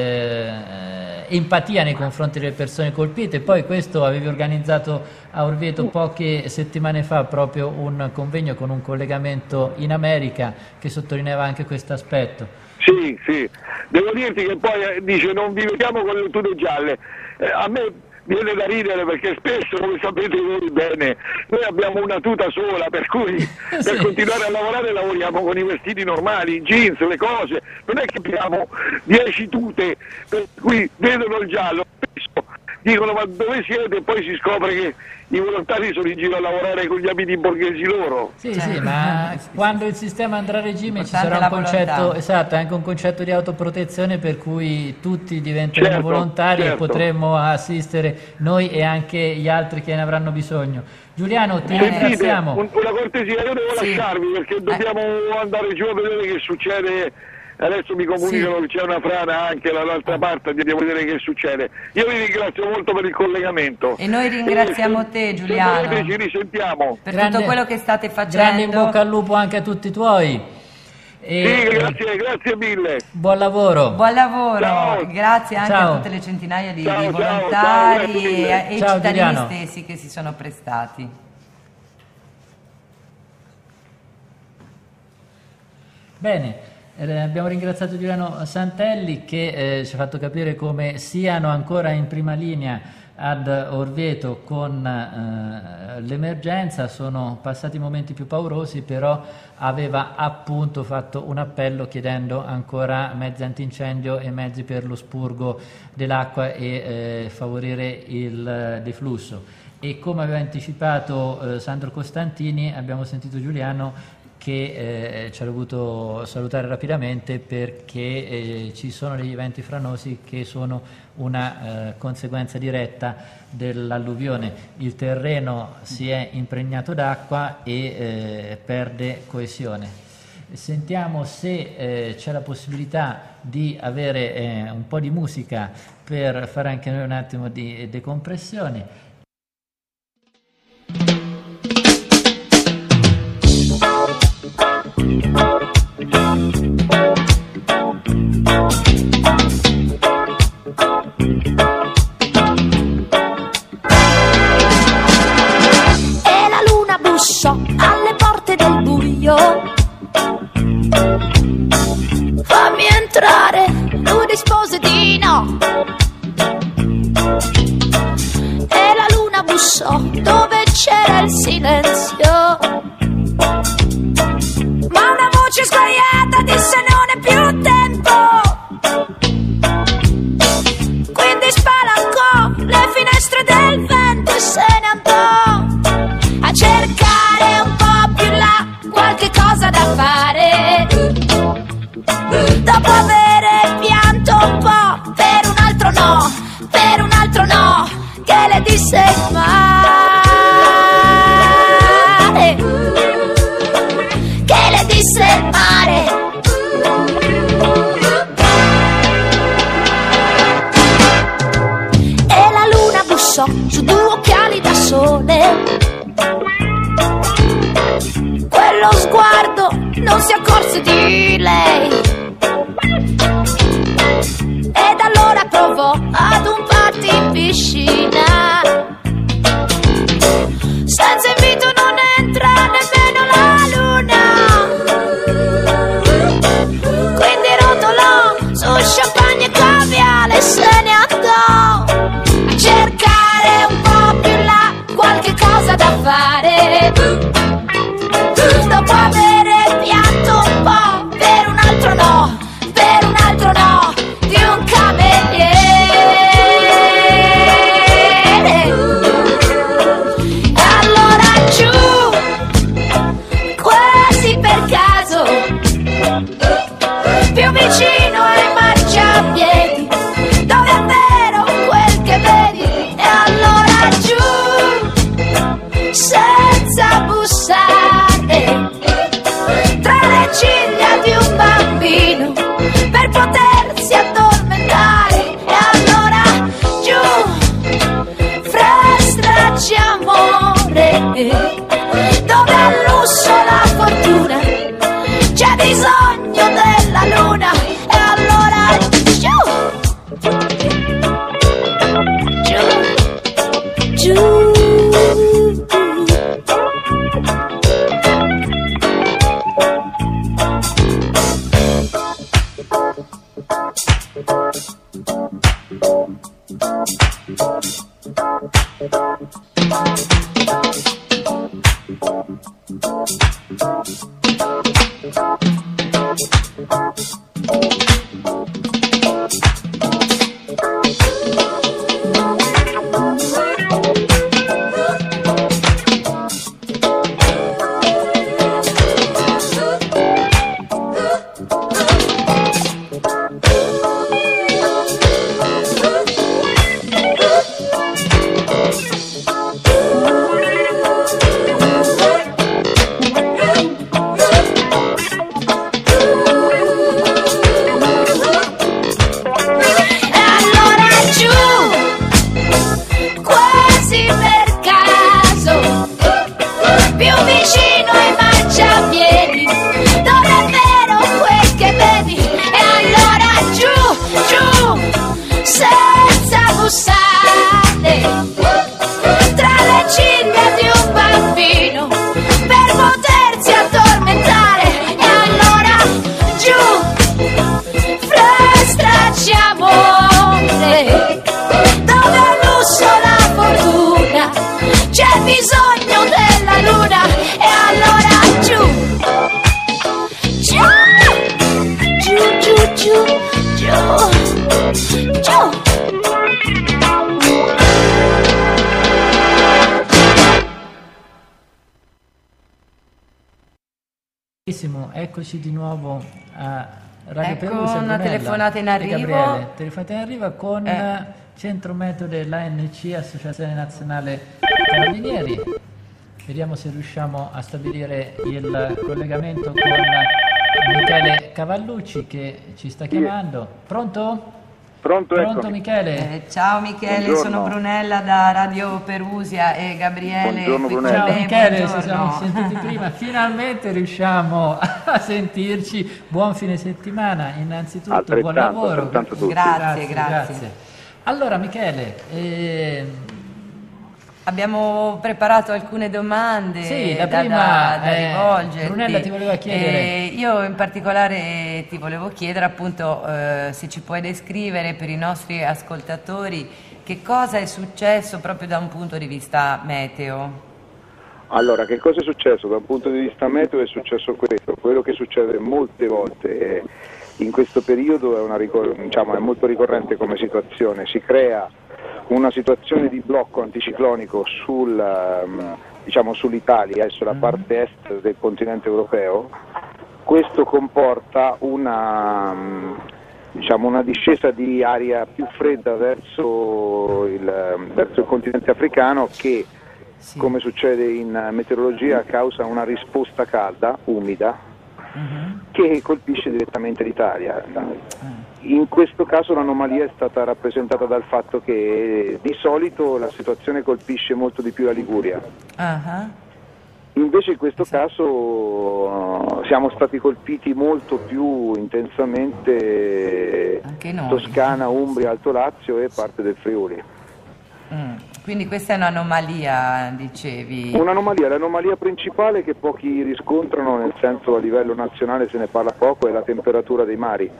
empatia nei confronti delle persone colpite. Poi questo avevi organizzato a Orvieto poche settimane fa proprio un convegno con un collegamento in America che sottolineava anche questo aspetto. Sì, devo dirti che poi dice non vi vediamo con le tute gialle, a me viene da ridere perché spesso, come sapete voi bene, noi abbiamo una tuta sola, per cui per continuare a lavorare lavoriamo con i vestiti normali, i jeans, le cose, non è che abbiamo 10 tute per cui vedono il giallo, spesso dicono ma dove siete, e poi si scopre che i volontari sono in giro a lavorare con gli abiti borghesi loro. Sì, ma quando il sistema andrà a regime ci sarà un concetto, volontà. esatto, anche un concetto di autoprotezione per cui tutti diventeranno volontari e potremo assistere noi e anche gli altri che ne avranno bisogno. Giuliano, ti ringraziamo. Una cortesia, io devo lasciarvi perché dobbiamo andare giù a vedere che succede. Adesso mi comunicano che c'è una frana anche dall'altra parte, andiamo a vedere che succede. Io vi ringrazio molto per il collegamento. E noi ringraziamo te, Giuliano. Se ci risentiamo. Per tutto quello che state facendo. Grande in bocca al lupo anche a tutti i tuoi. Sì, grazie mille. Buon lavoro. Buon lavoro, Ciao. grazie anche a tutte le centinaia di volontari e i cittadini stessi che si sono prestati. Bene. Abbiamo ringraziato Giuliano Santelli che ci ha fatto capire come siano ancora in prima linea ad Orvieto con l'emergenza. Sono passati i momenti più paurosi, però aveva appunto fatto un appello chiedendo ancora mezzi antincendio e mezzi per lo spurgo dell'acqua e favorire il deflusso. E come aveva anticipato Sandro Costantini, abbiamo sentito Giuliano che ci ha dovuto salutare rapidamente perché ci sono degli eventi franosi che sono una conseguenza diretta dell'alluvione. Il terreno si è impregnato d'acqua e perde coesione. Sentiamo se c'è la possibilità di avere un po' di musica per fare anche noi un attimo di decompressione. E la luna bussò alle porte del buio. Fammi entrare, lui rispose di no. E la luna bussò dove c'era il silenzio. Ma una voce sguaiata disse non è più tempo. Quindi spalancò le finestre del vento e se ne andò a cercare un po' più là qualche cosa da fare. Dopo avere pianto un po' per un altro no, che le disse il mare, che le disse il mare. E la luna bussò su due occhiali da sole. Quello sguardo non si accorse di lei. Ed allora provò ad un party in piscina. Senza invito non entra nemmeno la luna. Quindi rotolò su champagne e caviale e se ne andò a cercare un po' più là qualche cosa da fare. Dopo avere pianto un po' per un altro no di un cameriere. Allora giù, quasi per caso, più vicino ai marciapiedi, dove è vero quel che vedi. E allora giù, senza bussare, tra le ciglia di un bambino, per potersi addormentare. E allora giù, fra stracci amore, dove al lusso la fortuna c'è bisogno della luna. E allora giù. c'è bisogno della luna, e allora giù, giù, giù, giù, giù, giù, giù. Eccoci di nuovo a Radio Ecco Perusia. una Brunella telefonata in e arrivo. Gabriele, telefonata in arrivo con Centro Meteo dell'ANC, Associazione Nazionale Carabinieri. Vediamo se riusciamo a stabilire il collegamento con Michele Cavallucci che ci sta chiamando. Pronto? Pronto, Pronto eccomi. Michele? Ciao Michele, Buongiorno. sono Brunella da Radio Perusia e Gabriele Buongiorno, qui con Brunella. Ciao me. Michele, ci Buongiorno. siamo sentiti prima, finalmente riusciamo a sentirci. Buon fine settimana, innanzitutto buon lavoro. Altrettanto tutti. Grazie. Allora Michele, Abbiamo preparato alcune domande Sì, la da prima, rivolgerti. Brunella ti voleva chiedere. Io in particolare ti volevo chiedere appunto se ci puoi descrivere per i nostri ascoltatori che cosa è successo proprio da un punto di vista meteo. Allora, che cosa è successo? Da un punto di vista meteo è successo questo, quello che succede molte volte in questo periodo è molto ricorrente come situazione, si crea una situazione di blocco anticiclonico sull'Italia e sulla parte est del continente europeo. Questo comporta una discesa di aria più fredda verso il continente africano che, Sì. come succede in meteorologia, causa una risposta calda, umida, che colpisce direttamente l'Italia. In questo caso l'anomalia è stata rappresentata dal fatto che di solito la situazione colpisce molto di più la Liguria. Ah, Invece in questo caso siamo stati colpiti molto più intensamente Anche noi. Toscana, Umbria, Alto Lazio e parte del Friuli. Quindi questa è un'anomalia, dicevi. L'anomalia principale che pochi riscontrano, nel senso a livello nazionale se ne parla poco, è la temperatura dei mari.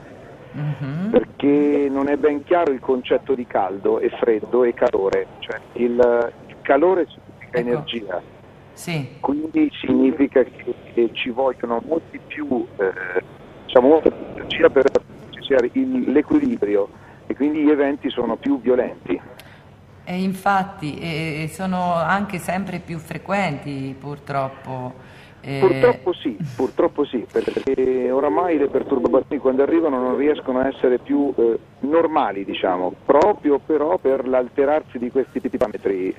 Perché non è ben chiaro il concetto di caldo e freddo e calore, cioè il calore significa energia, Sì. quindi significa che ci vogliono molta più energia per che ci sia l'equilibrio e quindi gli eventi sono più violenti. E infatti sono anche sempre più frequenti purtroppo. Purtroppo sì, perché oramai le perturbazioni quando arrivano non riescono a essere più normali, diciamo, proprio però per l'alterarsi di questi parametri.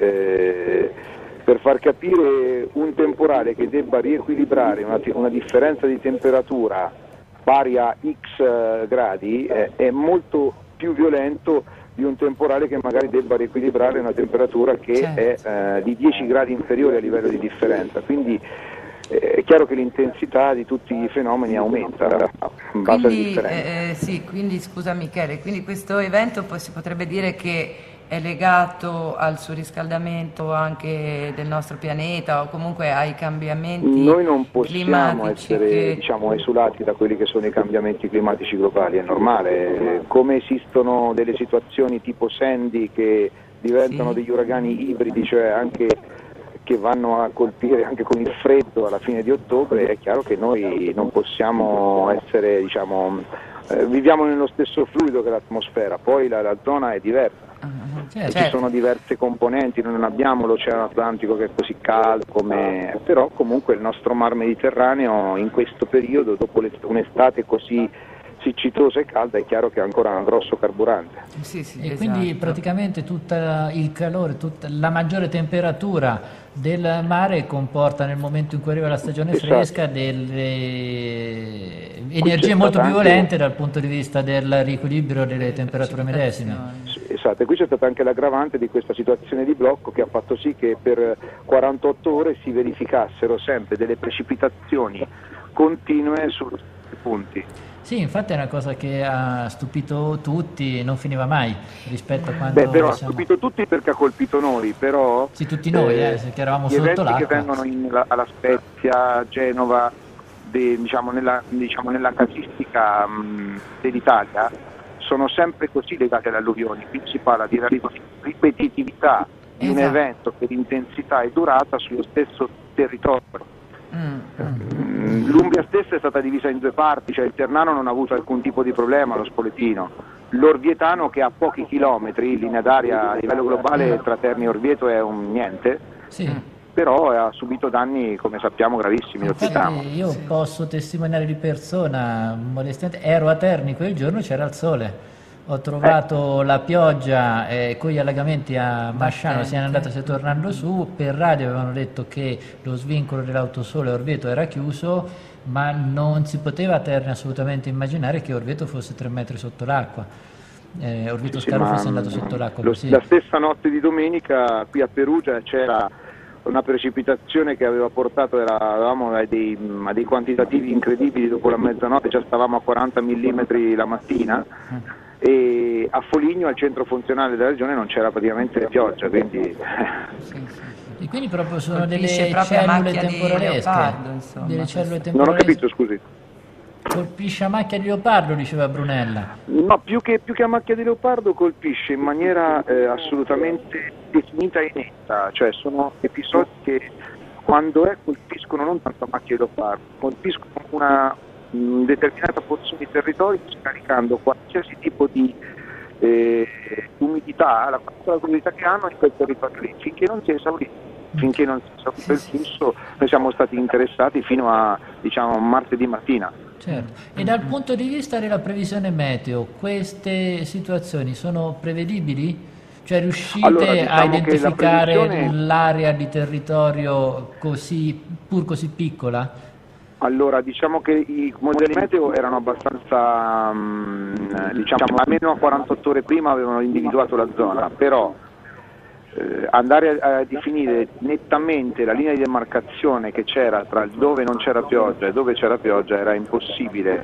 Per far capire, un temporale che debba riequilibrare una differenza di temperatura pari a x gradi è molto più violento di un temporale che magari debba riequilibrare una temperatura che è di 10 gradi inferiore a livello di differenza. Quindi è chiaro che l'intensità di tutti i fenomeni aumenta in base alle differenze. Quindi scusa Michele, quindi questo evento poi si potrebbe dire che è legato al surriscaldamento anche del nostro pianeta o comunque ai cambiamenti Noi non possiamo climatici essere esulati da quelli che sono i cambiamenti climatici globali, è normale. Come esistono delle situazioni tipo Sandy che diventano degli uragani ibridi, cioè anche che vanno a colpire anche con il freddo alla fine di ottobre, è chiaro che noi non possiamo essere, viviamo nello stesso fluido che l'atmosfera, poi la zona è diversa. Ci sono diverse componenti, noi non abbiamo l'Oceano Atlantico che è così caldo, però comunque il nostro mar Mediterraneo in questo periodo, dopo un'estate così siccitosa e calda, è chiaro che ha ancora un grosso carburante. E quindi praticamente tutto il calore, tutta la maggiore temperatura del mare comporta, nel momento in cui arriva la stagione fresca, delle energie molto più violente dal punto di vista del riequilibrio delle temperature medesime. Esatto, e qui c'è stata anche l'aggravante di questa situazione di blocco che ha fatto sì che per 48 ore si verificassero sempre delle precipitazioni continue su punti. Sì, infatti è una cosa che ha stupito tutti, non finiva mai rispetto a quando però ha stupito tutti perché ha colpito noi, però sì, tutti noi, che eravamo gli sotto eventi l'acqua. che vengono alla Spezia, Genova, nella casistica dell'Italia sono sempre così legate alle alluvioni, quindi si parla di ripetitività di un evento per intensità e durata sullo stesso territorio. L'Umbria stessa è stata divisa in due parti, cioè il Ternano non ha avuto alcun tipo di problema, lo Spoletino. L'Orvietano, che ha pochi chilometri, linea d'aria a livello globale tra Terni e Orvieto è un niente, però ha subito danni, come sappiamo, gravissimi. Infatti io posso testimoniare di persona, modestamente, ero a Terni quel giorno, c'era il sole. Ho trovato la pioggia con gli allagamenti a Masciano, siamo andati tornando su, per radio avevano detto che lo svincolo dell'autosole a Orvieto era chiuso, ma non si poteva a Terni assolutamente immaginare che Orvieto fosse 3 metri sotto l'acqua, Orvieto Scalo fosse andato sotto l'acqua così. La stessa notte di domenica qui a Perugia c'era una precipitazione che aveva portato, eravamo a dei quantitativi incredibili, dopo la mezzanotte già stavamo a 40 mm la mattina, e a Foligno, al centro funzionale della regione, non c'era praticamente pioggia, quindi e quindi proprio sono Colpisce delle proprio a cellule macchia di temporalesche, leopardo, insomma. delle cellule non ho temporalesche. capito, scusi. Colpisce a macchia di leopardo, diceva Brunella. No, più che a macchia di leopardo colpisce in maniera assolutamente definita e netta, cioè sono episodi che quando colpiscono non tanto a macchia di leopardo, colpiscono una determinata porzione di territorio, scaricando qualsiasi tipo di umidità, la umidità che hanno in quel territorio lì, finché non si è esaurito il flusso. Noi siamo stati interessati fino a martedì mattina. Certo. E dal punto di vista della previsione meteo, queste situazioni sono prevedibili? Cioè riuscite a identificare l'area di territorio pur così piccola? Allora, diciamo che i modelli meteo erano abbastanza, almeno 48 ore prima avevano individuato la zona, però andare a definire nettamente la linea di demarcazione che c'era tra dove non c'era pioggia e dove c'era pioggia era impossibile.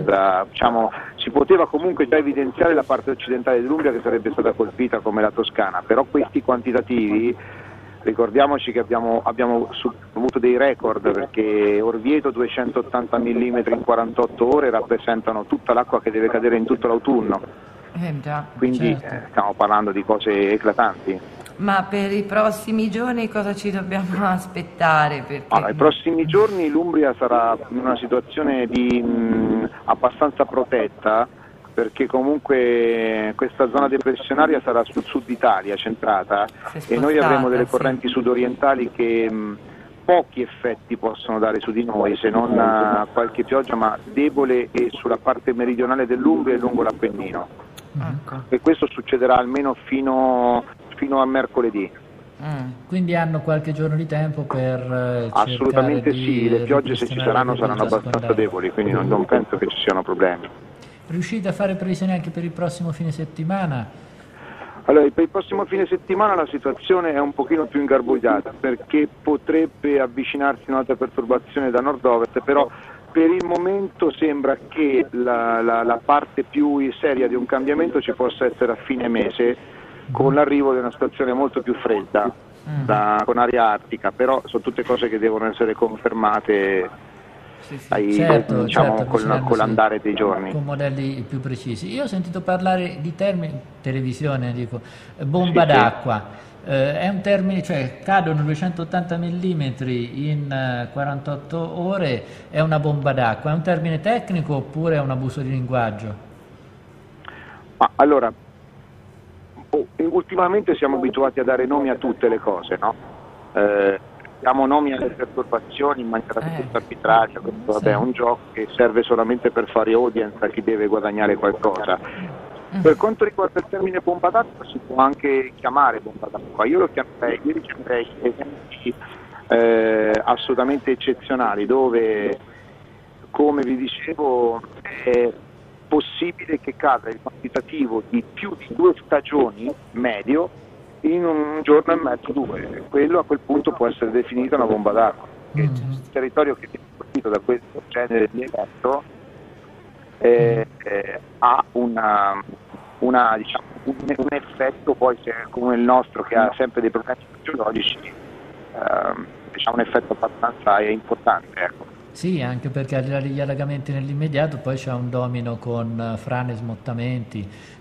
Si poteva comunque già evidenziare la parte occidentale dell'Umbria che sarebbe stata colpita come la Toscana, però questi quantitativi, ricordiamoci che abbiamo avuto dei record, perché Orvieto 280 mm in 48 ore rappresentano tutta l'acqua che deve cadere in tutto l'autunno, quindi stiamo parlando di cose eclatanti. Ma per i prossimi giorni cosa ci dobbiamo aspettare? Allora, i prossimi giorni l'Umbria sarà in una situazione abbastanza protetta, perché comunque questa zona depressionaria sarà sul sud Italia centrata, e noi avremo delle correnti sudorientali che pochi effetti possono dare su di noi, se non qualche pioggia, ma debole, e sulla parte meridionale dell'Umbria e lungo l'Appennino. E questo succederà almeno fino a mercoledì. Quindi hanno qualche giorno di tempo per assolutamente sì, le piogge, se ci saranno abbastanza deboli, quindi non penso che ci siano problemi. Riuscite a fare previsioni anche per il prossimo fine settimana? Allora, per il prossimo fine settimana la situazione è un pochino più ingarbugliata, perché potrebbe avvicinarsi un'altra perturbazione da nord-ovest, però per il momento sembra che la parte più seria di un cambiamento ci possa essere a fine mese, con l'arrivo di una stazione molto più fredda, con aria artica, però sono tutte cose che devono essere confermate con l'andare dei giorni, con modelli più precisi. Io ho sentito parlare di televisione, bomba d'acqua. È un termine, cioè cadono 280 mm in 48 ore, è una bomba d'acqua, è un termine tecnico oppure è un abuso di linguaggio? Allora, ultimamente siamo abituati a dare nomi a tutte le cose, no? Diamo nomi alle perturbazioni in maniera tutto arbitraria, questo è un gioco che serve solamente per fare audience a chi deve guadagnare qualcosa. Per quanto riguarda il termine bomba d'acqua, si può anche chiamare bomba d'acqua, io richiamerei esempi assolutamente eccezionali, dove, come vi dicevo, è possibile che cada il quantitativo di più di 2 stagioni medio in un giorno e mezzo, 2. Quello a quel punto può essere definita una bomba d'acqua. Il territorio che viene colpito da questo genere di evento ha un effetto, poi, come il nostro, che ha sempre dei problemi geologici, un effetto abbastanza importante, ecco. Sì, anche perché al di là degli allagamenti nell'immediato poi c'è un domino con frane e smottamenti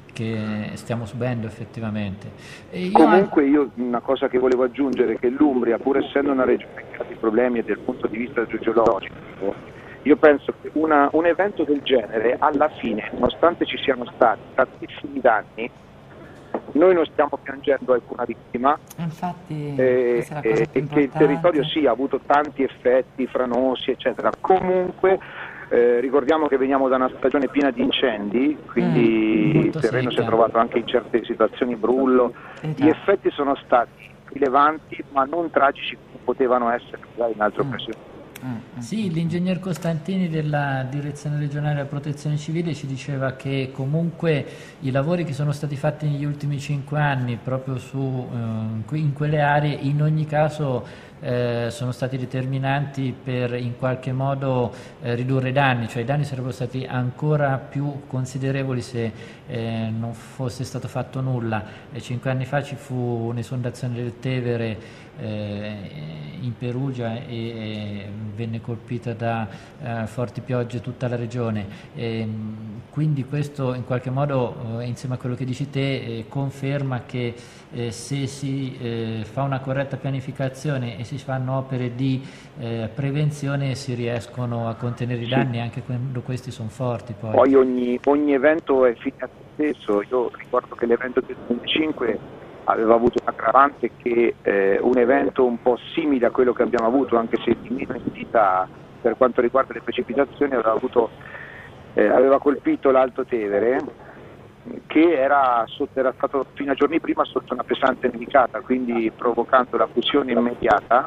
che stiamo subendo effettivamente. Comunque io una cosa che volevo aggiungere è che l'Umbria, pur essendo una regione che ha dei problemi dal punto di vista geologico, io penso che un evento del genere alla fine, nonostante ci siano stati tantissimi danni, noi non stiamo piangendo alcuna vittima. Infatti, e che il territorio sì ha avuto tanti effetti franosi eccetera. Comunque ricordiamo che veniamo da una stagione piena di incendi, quindi il terreno si è trovato anche in certe situazioni brullo. Gli effetti sono stati rilevanti ma non tragici come potevano essere in altre occasioni. Sì, l'ingegner Costantini della Direzione Regionale della Protezione Civile ci diceva che comunque i lavori che sono stati fatti negli ultimi 5 anni proprio in quelle aree in ogni caso sono stati determinanti per in qualche modo ridurre i danni, cioè i danni sarebbero stati ancora più considerevoli se non fosse stato fatto nulla. 5 anni fa ci fu un'esondazione del Tevere in Perugia e venne colpita da forti piogge tutta la regione, quindi questo in qualche modo insieme a quello che dici te conferma che se si fa una corretta pianificazione e si fanno opere di prevenzione si riescono a contenere i danni anche quando questi sono forti. Poi ogni evento è fine a se stesso. Io ricordo che l'evento del 2005 aveva avuto l'aggravante che un evento un po' simile a quello che abbiamo avuto, anche se di meno entità per quanto riguarda le precipitazioni, aveva colpito l'Alto Tevere, che era stato fino a giorni prima sotto una pesante nevicata, quindi provocando la fusione immediata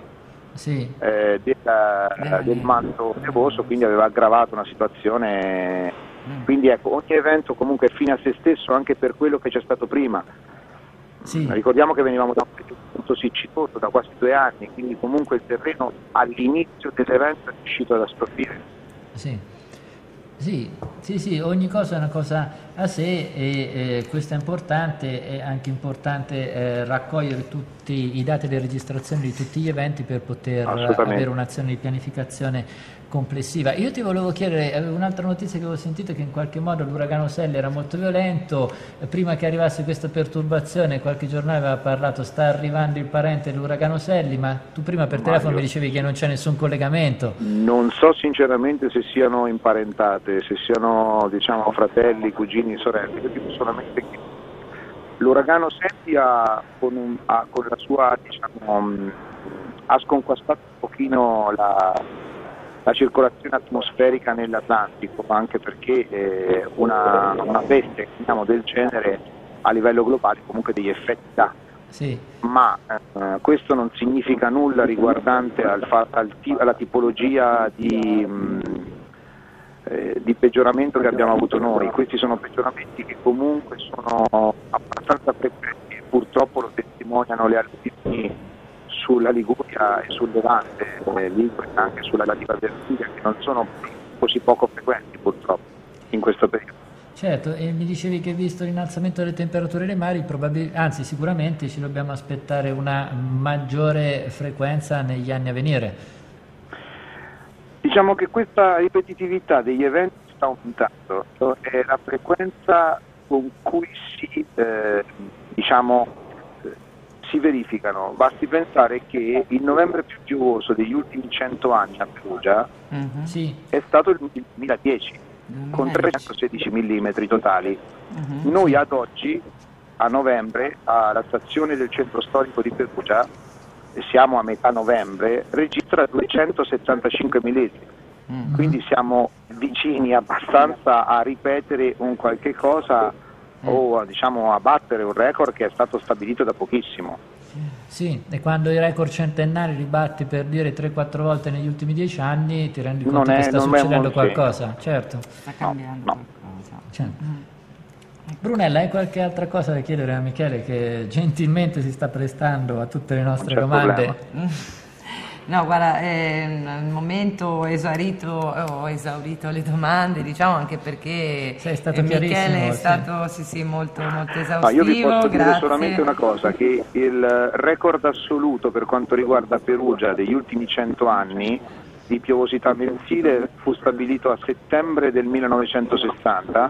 del manto nevoso, quindi aveva aggravato una situazione. Quindi ecco, ogni evento comunque è fine a se stesso anche per quello che c'è stato prima. Ricordiamo che venivamo da un punto siccitoso da quasi 2 anni, quindi comunque il terreno all'inizio dell'evento è riuscito ad assorbire. Sì, ogni cosa è una cosa a sé e questo è importante. È anche importante raccogliere tutti i dati e le registrazioni di tutti gli eventi per poter avere un'azione di pianificazione complessiva. Io ti volevo chiedere, un'altra notizia che avevo sentito, che in qualche modo l'uragano Sally era molto violento. Prima che arrivasse questa perturbazione qualche giornale aveva parlato, sta arrivando il parente dell'uragano Sally, ma tu prima per telefono mi dicevi che non c'è nessun collegamento. Non so sinceramente se siano imparentate, se siano diciamo fratelli, cugini, sorelle. Io dico solamente che l'uragano Sally con la sua ha sconquastato un pochino la circolazione atmosferica nell'Atlantico, anche perché una bestia del genere a livello globale comunque degli effetti dà. Ma questo non significa nulla riguardante alla tipologia di peggioramento che abbiamo avuto noi. Questi sono peggioramenti che comunque sono abbastanza frequenti e purtroppo lo testimoniano le alluvioni sulla Liguria e sul Levante, anche sulla Riva Vertiglia, che non sono così poco frequenti purtroppo in questo periodo. Certo, e mi dicevi che visto l'innalzamento delle temperature dei mari, anzi sicuramente ci dobbiamo aspettare una maggiore frequenza negli anni a venire. Diciamo che questa ripetitività degli eventi sta aumentando, è la frequenza con cui si verificano. Basti pensare che il novembre più piovoso degli ultimi 100 anni a Perugia è stato il 2010 con 316 mm totali. Noi ad oggi a novembre alla stazione del centro storico di Perugia, siamo a metà novembre, registra 275 millesimi, quindi siamo vicini abbastanza a ripetere un qualche cosa o diciamo a battere un record che è stato stabilito da pochissimo. Sì, e quando i record centenari li batti per dire 3-4 volte negli ultimi 10 anni ti rendi conto che sta succedendo qualcosa. Certo. Sta cambiando qualcosa. Certo. Brunella, hai qualche altra cosa da chiedere a Michele, che gentilmente si sta prestando a tutte le nostre domande? No, guarda, al momento ho esaurito le domande, diciamo, anche perché Michele è stato molto esaustivo. Io vi posso dire solamente una cosa, che il record assoluto per quanto riguarda Perugia degli ultimi 100 anni di piovosità mensile fu stabilito a settembre del 1960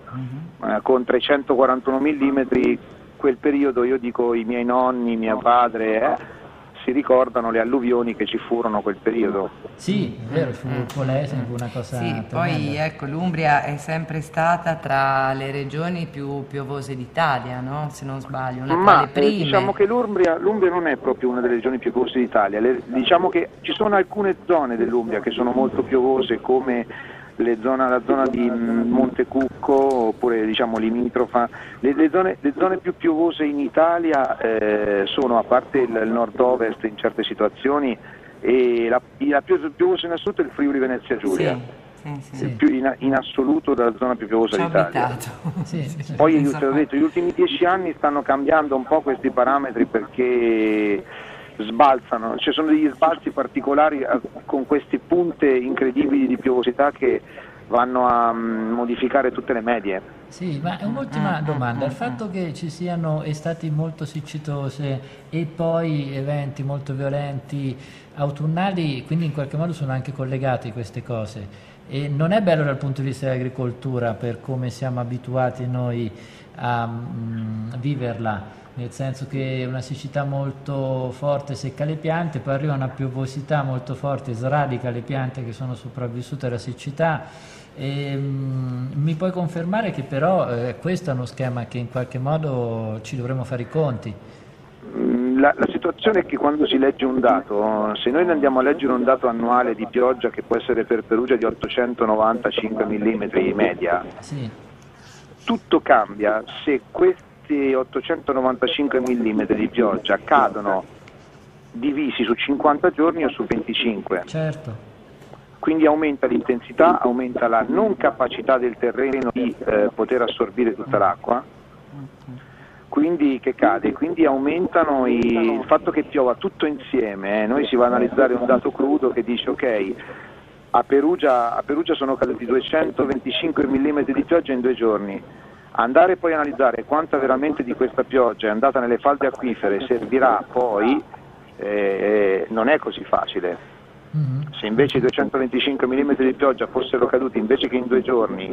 con 341 mm, quel periodo, io dico, i miei nonni, mio padre si ricordano le alluvioni che ci furono quel periodo. Sì, è vero, fu Polese, fu una cosa Sì, tremenda. poi ecco, l'Umbria è sempre stata tra le regioni più piovose d'Italia, no? Se non sbaglio, una tra le prime. Diciamo che l'Umbria non è proprio una delle regioni più piovose d'Italia. Diciamo che ci sono alcune zone dell'Umbria che sono molto piovose, come la zona di Montecucco, oppure diciamo limitrofa. Le zone più piovose in Italia sono, a parte il nord-ovest in certe situazioni, e la più piovosa in assoluto è il Friuli Venezia Giulia. Sì. Più in assoluto della zona più piovosa d'Italia. Sì. Poi te l'ho detto, gli ultimi 10 anni stanno cambiando un po' questi parametri, perché sbalzano, ci sono degli sbalzi particolari con queste punte incredibili di piovosità che vanno a modificare tutte le medie. Sì, ma un'ultima domanda, il fatto che ci siano estati molto siccitose e poi eventi molto violenti autunnali, quindi in qualche modo sono anche collegati queste cose, e non è bello dal punto di vista dell'agricoltura, per come siamo abituati noi a viverla, nel senso che una siccità molto forte secca le piante, poi arriva una piovosità molto forte, sradica le piante che sono sopravvissute alla siccità. Mi puoi confermare che però questo è uno schema che in qualche modo ci dovremmo fare i conti? La situazione è che quando si legge un dato, se noi andiamo a leggere un dato annuale di pioggia, che può essere per Perugia di 895 mm in media, sì, tutto cambia se questi 895 mm di pioggia cadono divisi su 50 giorni o su 25. certo. Quindi aumenta l'intensità, aumenta la non capacità del terreno di poter assorbire tutta l'acqua, quindi che cade, quindi aumentano il fatto che piova tutto insieme. Noi si va a analizzare un dato crudo che dice ok, a Perugia sono caduti 225 mm di pioggia in 2 giorni. Andare poi a analizzare quanta veramente di questa pioggia è andata nelle falde acquifere servirà poi non è così facile. Se invece i 225 mm di pioggia fossero caduti invece che in 2 giorni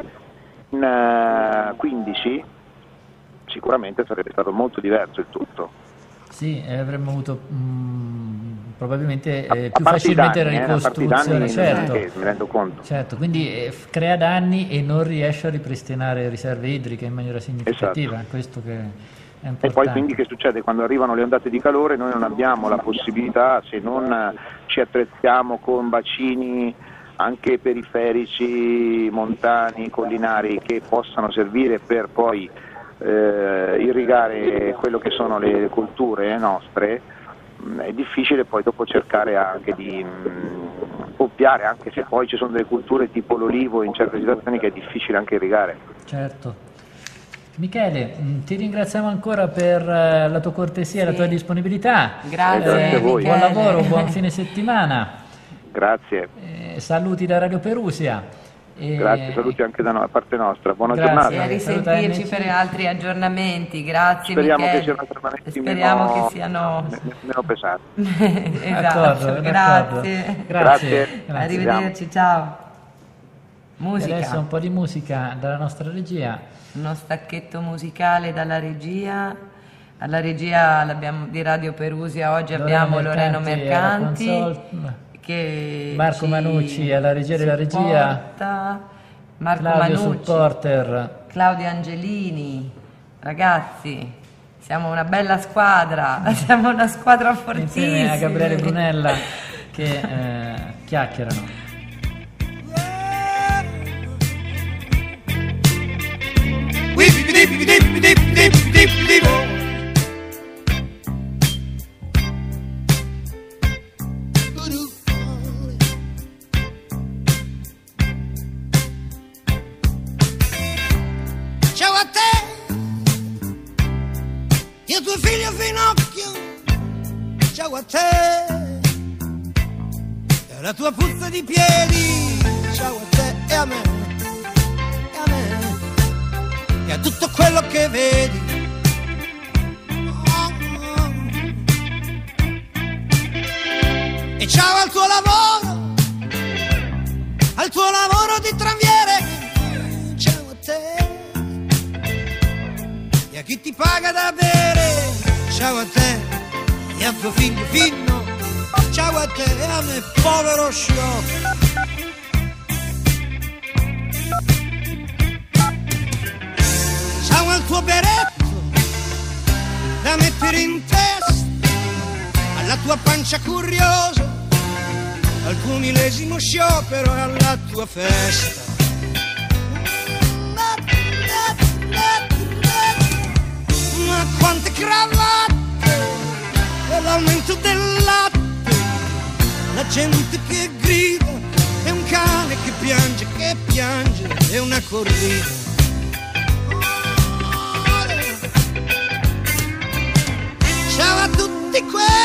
in 15, sicuramente sarebbe stato molto diverso il tutto. Sì, avremmo avuto probabilmente più facilmente la ricostruzione, certo. Mi rendo conto. Certo, quindi crea danni e non riesce a ripristinare riserve idriche in maniera significativa, esatto. Questo che è importante. E poi quindi che succede? Quando arrivano le ondate di calore noi non abbiamo la possibilità, se non ci attrezziamo con bacini anche periferici, montani, collinari, che possano servire per poi irrigare quello che sono le colture nostre, è difficile poi dopo cercare anche di ovviare, anche se poi ci sono delle culture tipo l'olivo in certe situazioni che è difficile anche irrigare. Certo. Michele, ti ringraziamo ancora per la tua cortesia e la tua disponibilità. Grazie a voi. Buon lavoro, buon fine settimana. Grazie. Saluti da Radio Perusia. Grazie, saluti anche da parte nostra, buona Grazie, giornata. a risentirci per altri aggiornamenti. Grazie. Speriamo Michele. che siano aggiornamenti che siano meno pesanti. Esatto, grazie. Grazie. Arrivederci, ciao. Musica. E adesso un po' di musica dalla nostra regia. Uno stacchetto musicale dalla regia. Alla regia di Radio Perusia oggi abbiamo Loreno Mercanti, che Marco Manucci alla regia della regia, Marco Claudio Manucci, supporter, Claudio Angelini. Ragazzi, siamo una bella squadra, siamo una squadra fortissima. Insieme a Gabriele Brunella che chiacchierano. Ciao a te, io tuo figlio Finocchio, ciao a te, e la tua puzza di piedi, ciao a te e a me, e a me, e a tutto quello che vedi. E ciao al tuo lavoro di tranviere, ciao a te. chi ti paga da bere. Ciao a te e a tuo figlio Finno, ciao a te e a me povero sciocco. Ciao al tuo berretto da mettere in testa, alla tua pancia curiosa, al tuo millesimo sciopero e alla tua festa. Ma quante cravatte e l'aumento del latte, la gente che grida e un cane che piange e una corrida. Ciao a tutti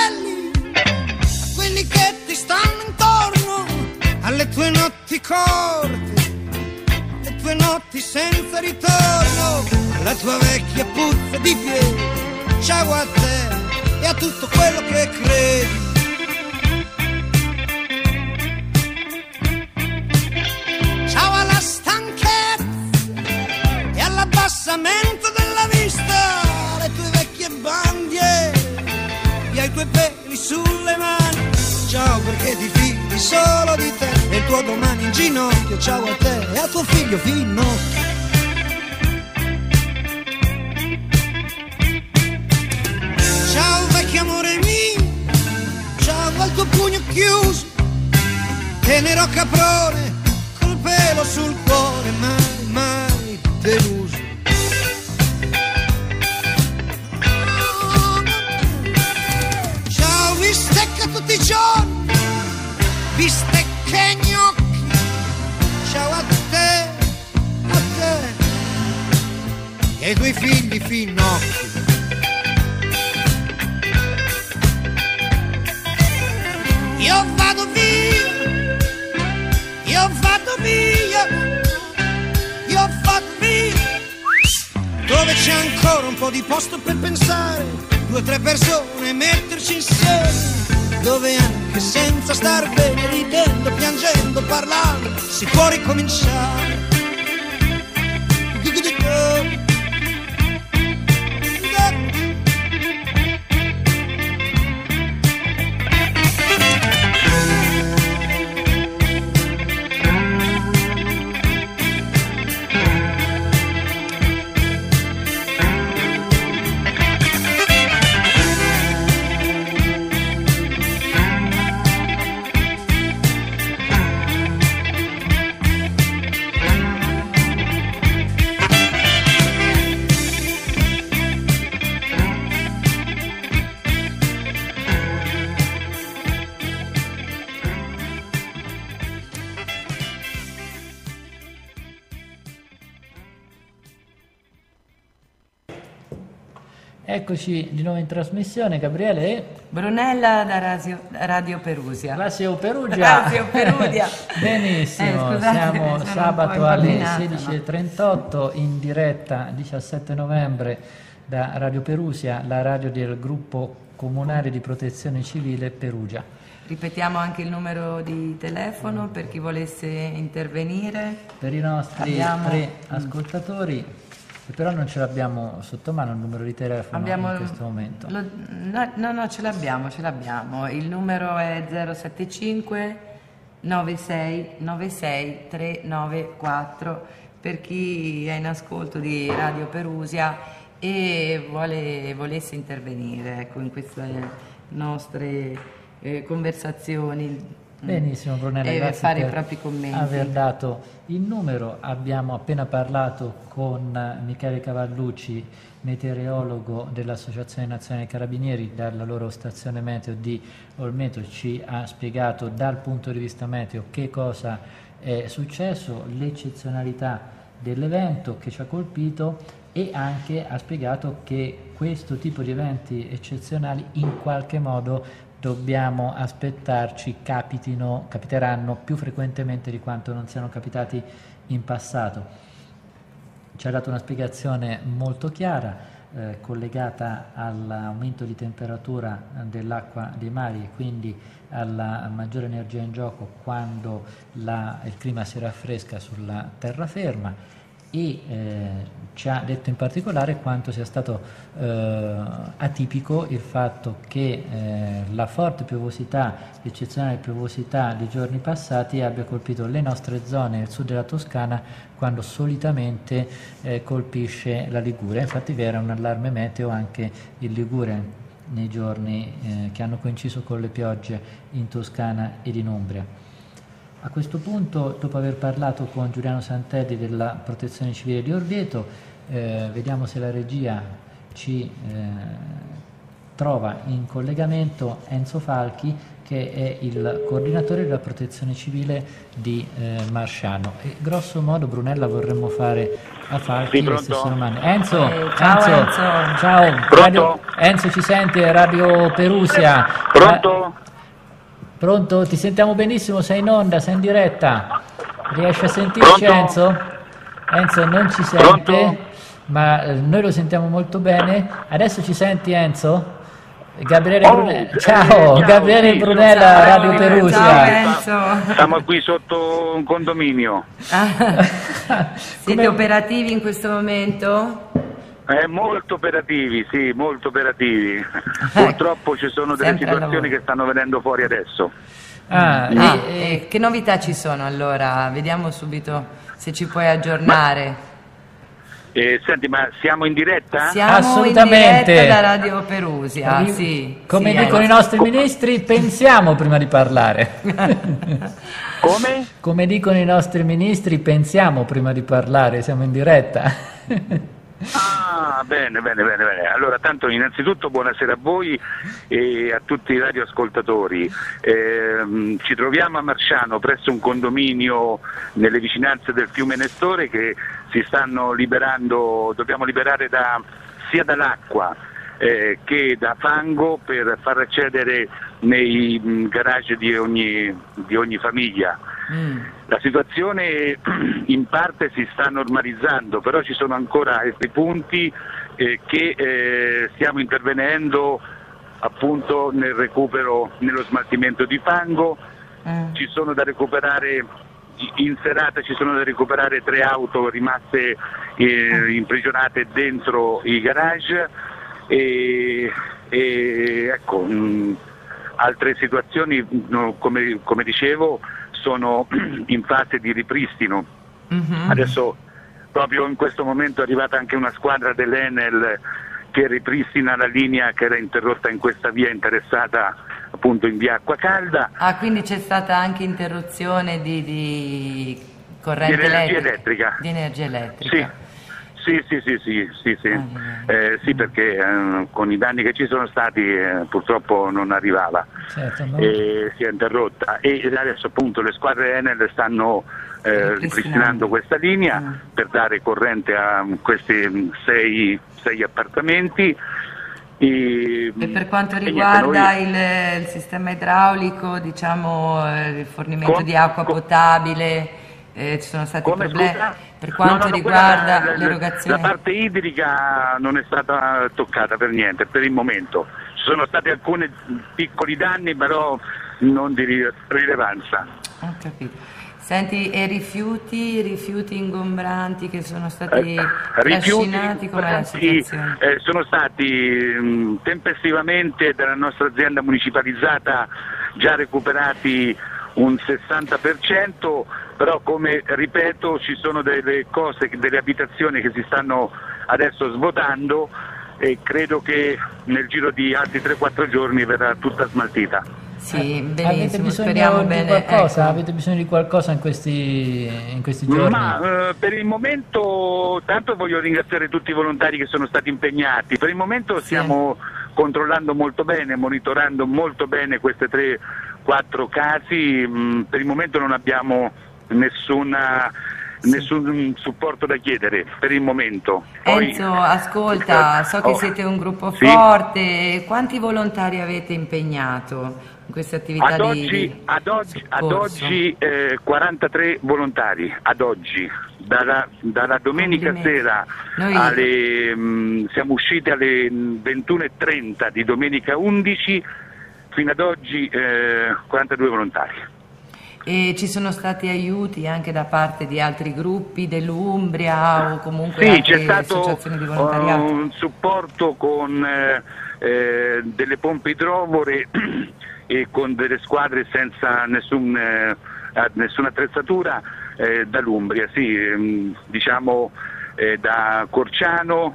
quelli che ti stanno intorno, alle tue notti corte, le tue notti senza ritorno, alla tua vecchia puzza di piedi. Ciao a te e a tutto quello che credi. Ciao alla stanchezza e all'abbassamento della vista, alle tue vecchie bandiere e ai tuoi peli sulle mani. Ciao perché ti fidi solo di te e il tuo domani in ginocchio. Ciao a te e a tuo figlio Finno. Ciao vecchio amore mio, ciao al tuo pugno chiuso, tenero caprone col pelo sul cuore, mai, mai deluso. Ciao bistecca tutti i giorni, bistecca e gnocchi. Ciao a te e ai tuoi figli finocchi. Io vado via, dove c'è ancora un po' di posto per pensare, 2 o 3 persone metterci insieme, dove anche senza star bene, ridendo, piangendo, parlando, si può ricominciare. Eccoci di nuovo in trasmissione, Gabriele e Brunella da Radio Perusia. Radio Perugia. Radio Perugia. Benissimo, scusate, siamo sabato alle 16:38 no? in diretta, 17 novembre, da Radio Perusia, la radio del gruppo comunale di protezione civile Perugia. Ripetiamo anche il numero di telefono per chi volesse intervenire. Per i nostri 3 ascoltatori. Però non ce l'abbiamo sotto mano il numero di telefono in questo momento. No, ce l'abbiamo. Il numero è 075 96 96 394 per chi è in ascolto di Radio Perusia e volesse intervenire, ecco, in queste nostre conversazioni. Benissimo, Brunella, grazie fare per i propri commenti. aver dato il numero. Abbiamo appena parlato con Michele Cavallucci, meteorologo dell'Associazione Nazionale Carabinieri, dalla loro stazione meteo di Olmeto. Ci ha spiegato dal punto di vista meteo che cosa è successo, l'eccezionalità dell'evento che ci ha colpito, e anche ha spiegato che questo tipo di eventi eccezionali in qualche modo dobbiamo aspettarci capiteranno più frequentemente di quanto non siano capitati in passato. Ci ha dato una spiegazione molto chiara, collegata all'aumento di temperatura dell'acqua dei mari e quindi alla maggiore energia in gioco quando il clima si raffresca sulla terraferma, e ci ha detto in particolare quanto sia stato atipico il fatto che la forte piovosità, l'eccezionale piovosità dei giorni passati abbia colpito le nostre zone, il sud della Toscana, quando solitamente colpisce la Liguria. Infatti vi era un allarme meteo anche in Liguria nei giorni che hanno coinciso con le piogge in Toscana ed in Umbria. A questo punto, dopo aver parlato con Giuliano Santelli della Protezione Civile di Orvieto, vediamo se la regia ci trova in collegamento Enzo Falchi, che è il coordinatore della Protezione Civile di Marsciano. E grosso modo, Brunella, vorremmo fare a Falchi le stesse domande. Enzo, ciao. Pronto? Enzo, ci senti? Radio Perusia. Pronto? Pronto? Ti sentiamo benissimo, sei in onda, sei in diretta. Riesci a sentirci? Pronto? Enzo? Enzo non ci sente, Pronto? ma noi lo sentiamo molto bene. Adesso ci senti, Enzo? Gabriele Brunella. Ciao, Gabriele sì, Brunella, Radio Perusia. Ciao Enzo. Siamo qui sotto un condominio. Siete operativi in questo momento? Molto operativi, sì, molto operativi. Purtroppo ci sono delle Sempre al situazioni lavoro. che stanno venendo fuori adesso. Che novità ci sono allora? Vediamo subito se ci puoi aggiornare. Senti, ma siamo in diretta? Siamo Assolutamente. in diretta da Radio Perusia, sì. Come sì, dicono i nostri ministri, pensiamo prima di parlare. Come? Come dicono i nostri ministri, pensiamo prima di parlare, siamo in diretta. Ah, bene. Allora, tanto innanzitutto buonasera a voi e a tutti i radioascoltatori. Ci troviamo a Marsciano presso un condominio nelle vicinanze del fiume Nestore che si stanno liberando, dobbiamo liberare sia dall'acqua che da fango per far accedere nei garage di ogni famiglia. La situazione in parte si sta normalizzando, però ci sono ancora questi punti che stiamo intervenendo appunto nel recupero, nello smaltimento di fango. Ci sono da recuperare, in serata ci sono da recuperare 3 auto rimaste imprigionate dentro i garage e ecco, altre situazioni, come dicevo, sono in fase di ripristino. Adesso proprio in questo momento è arrivata anche una squadra dell'Enel che ripristina la linea che era interrotta in questa via interessata appunto in via Acqua Calda. Quindi c'è stata anche interruzione di corrente Di energia elettrica. Di energia elettrica. Sì, perché con i danni che ci sono stati purtroppo non arrivava. Certo, Si è interrotta e adesso appunto le squadre Enel stanno ripristinando questa linea per dare corrente a questi 6 appartamenti. E per quanto riguarda il sistema idraulico, diciamo il rifornimento di acqua potabile, ci sono stati problemi? Scusa? Per quanto riguarda l'erogazione? La parte idrica non è stata toccata per niente, per il momento. Ci sono stati alcuni piccoli danni, però non di rilevanza. Ho capito. Senti, e rifiuti ingombranti che sono stati trascinati, com'è la situazione? Sono stati tempestivamente dalla nostra azienda municipalizzata già recuperati un 60%, però come ripeto ci sono delle cose, delle abitazioni che si stanno adesso svuotando e credo che nel giro di altri 3-4 giorni verrà tutta smaltita. Sì, avete benissimo, speriamo bisogno di bene. qualcosa? Ecco. Avete bisogno di qualcosa in questi giorni? Ma per il momento, tanto voglio ringraziare tutti i volontari che sono stati impegnati. Per il momento stiamo controllando molto bene, monitorando molto bene questi 3-4 casi. Per il momento non abbiamo nessun supporto da chiedere per il momento. Poi, Enzo, ascolta, so che siete un gruppo forte, quanti volontari avete impegnato in queste attività ad oggi 43 volontari, ad oggi, dalla domenica sera siamo usciti alle 21:30 di domenica 11 fino ad oggi 42 volontari. E ci sono stati aiuti anche da parte di altri gruppi dell'Umbria o comunque sì, altre c'è stato associazioni di volontariato? un supporto con delle pompe idrovore e con delle squadre senza nessuna attrezzatura dall'Umbria, sì, diciamo da Corciano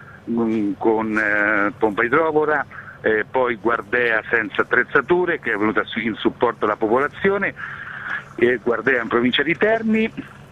con pompa idrovora, poi Guardea senza attrezzature che è venuta in supporto alla popolazione, Guardea in provincia di Terni,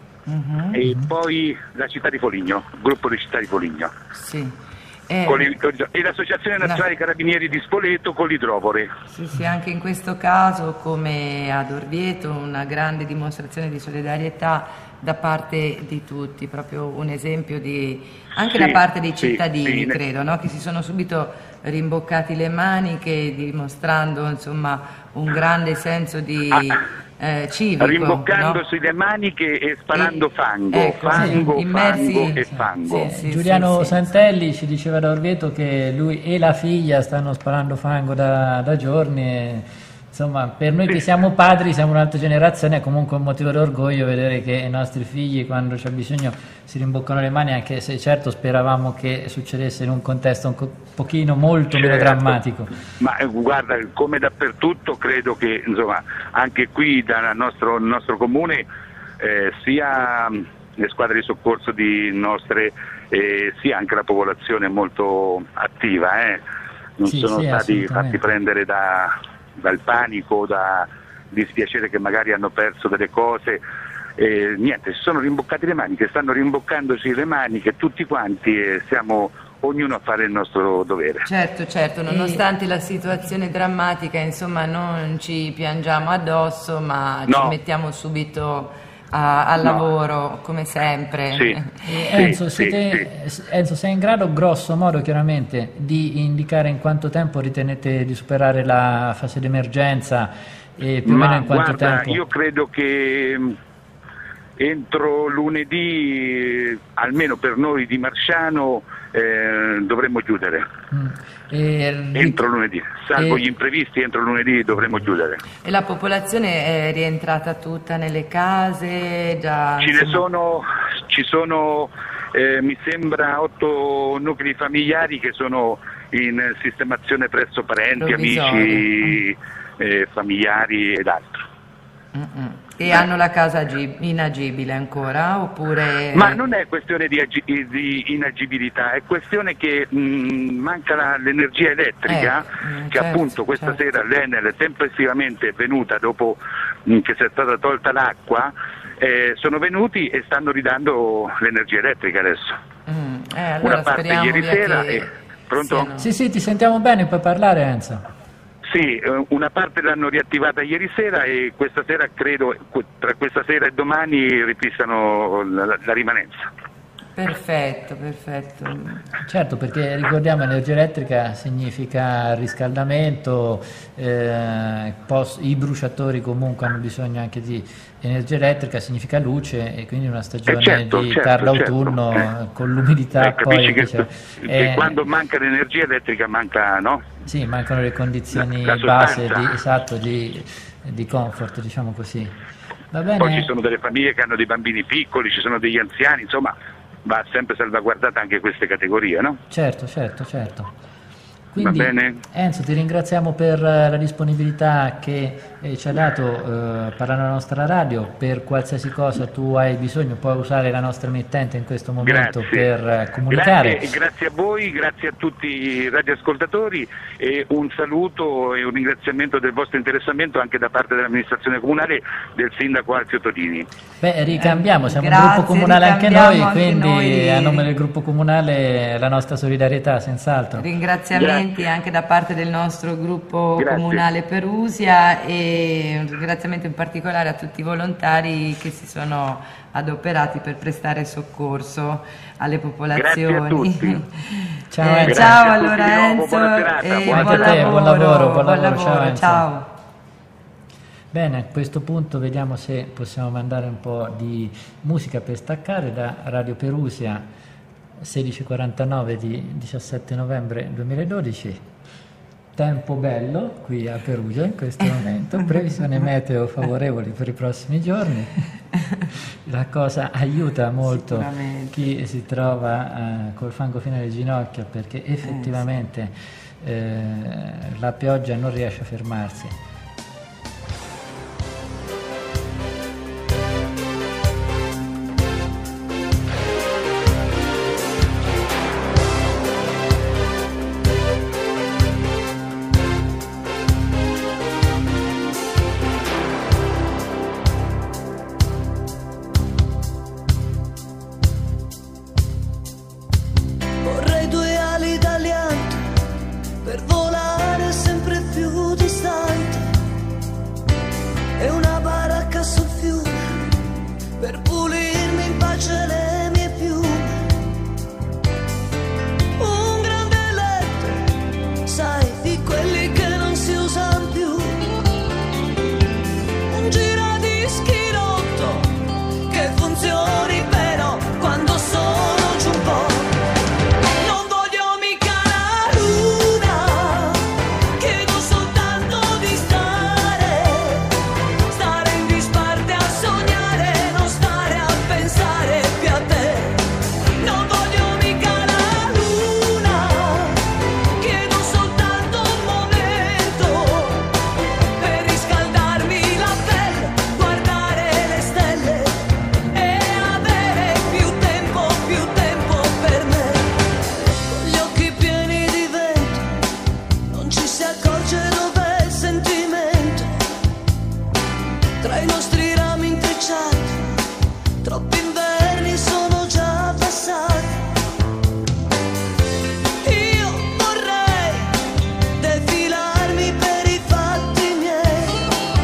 e poi la città di Foligno, il gruppo di città di Foligno. Sì. E l'Associazione Nazionale Carabinieri di Spoleto con l'idrovore. Sì, anche in questo caso, come ad Orvieto, una grande dimostrazione di solidarietà da parte di tutti, proprio un esempio anche da parte dei cittadini, credo, no? Che si sono subito rimboccati le maniche, dimostrando insomma un grande senso di civico, rimboccandosi, no? Le maniche e sparando fango, fango e fango. Giuliano Santelli ci diceva da Orvieto che lui e la figlia stanno sparando fango da giorni. Insomma, per noi che siamo padri, siamo un'altra generazione, è comunque un motivo d'orgoglio vedere che i nostri figli, quando c'è bisogno, si rimboccano le mani, anche se certo speravamo che succedesse in un contesto un pochino molto meno drammatico. Ma guarda, come dappertutto, credo che insomma anche qui dal nostro comune sia le squadre di soccorso di nostre, sia anche la popolazione è molto attiva, non sono stati fatti prendere dal panico, da dispiacere che magari hanno perso delle cose, niente, si sono rimboccati le maniche, stanno rimboccandosi le maniche tutti quanti e siamo ognuno a fare il nostro dovere. Certo, nonostante la situazione drammatica, insomma, non ci piangiamo addosso, ma ci mettiamo subito al lavoro, come sempre. Enzo, sei in grado, grosso modo chiaramente, di indicare in quanto tempo ritenete di superare la fase d'emergenza e più o meno in quanto tempo? Io credo che entro lunedì, almeno per noi di Marsciano, dovremmo chiudere. Entro lunedì, salvo gli imprevisti, entro lunedì dovremmo chiudere. E la popolazione è rientrata tutta nelle case? Ci sono mi sembra 8 nuclei familiari che sono in sistemazione presso parenti, amici, familiari ed altro. E hanno la casa inagibile ancora, oppure? Ma non è questione di inagibilità, è questione che manca l'energia elettrica, che appunto questa sera l'Enel tempestivamente è venuta dopo che sia stata tolta l'acqua, sono venuti e stanno ridando l'energia elettrica adesso. Allora una parte ieri sera pronto? Sì, ti sentiamo bene, puoi parlare, Enzo. Sì, una parte l'hanno riattivata ieri sera e questa sera, credo, tra questa sera e domani ripristano la rimanenza. Perfetto. Certo, perché ricordiamo energia elettrica significa riscaldamento, i bruciatori comunque hanno bisogno anche di energia elettrica, significa luce e quindi una stagione di tardo autunno con l'umidità. Poi che quando manca l'energia elettrica manca, no? Sì, mancano le condizioni base di comfort, diciamo così. Va bene. Poi ci sono delle famiglie che hanno dei bambini piccoli, ci sono degli anziani, insomma va sempre salvaguardata anche queste categorie, no? Certo. Quindi, va bene. Enzo, ti ringraziamo per la disponibilità che ci ha dato parlando alla nostra radio. Per qualsiasi cosa tu hai bisogno puoi usare la nostra emittente in questo momento per comunicare. Grazie a voi, grazie a tutti i radioascoltatori e un saluto e un ringraziamento del vostro interessamento anche da parte dell'amministrazione comunale, del sindaco Alfio Todini. Ricambiamo, siamo un gruppo comunale anche noi, quindi a nome del gruppo comunale la nostra solidarietà senz'altro. Ringraziamenti anche da parte del nostro gruppo comunale Perusia e un ringraziamento in particolare a tutti i volontari che si sono adoperati per prestare soccorso alle popolazioni. Grazie a tutti. Ciao allora Enzo, buon lavoro. Ciao. Bene, a questo punto vediamo se possiamo mandare un po' di musica per staccare da Radio Perusia, 16:49 di 17 novembre 2012. tempo bello qui a Perugia in questo momento, previsioni meteo favorevoli per i prossimi giorni. La cosa aiuta molto chi si trova col fango fino alle ginocchia, perché effettivamente la pioggia non riesce a fermarsi. Vorrei 2 ali d'alianto per volare sempre più distante e una baracca sul fiume per pulirmi in pace le mie piume. Un grande letto, sai, di quelli che non si usano più. Un giradischi rotto che funzioni però quando sono giù un po'. Non voglio mica la luna, chiedo soltanto di stare in disparte a sognare, non stare a pensare più a te. Non voglio mica la luna, chiedo soltanto un momento per riscaldarmi la pelle, guardare le stelle e avere più tempo per me. Con gli occhi pieni di vento non ci si accorge dov'è il sentimento. Tra i nostri rami intrecciati troppi inverni sono già passati. Io vorrei defilarmi per i fatti miei.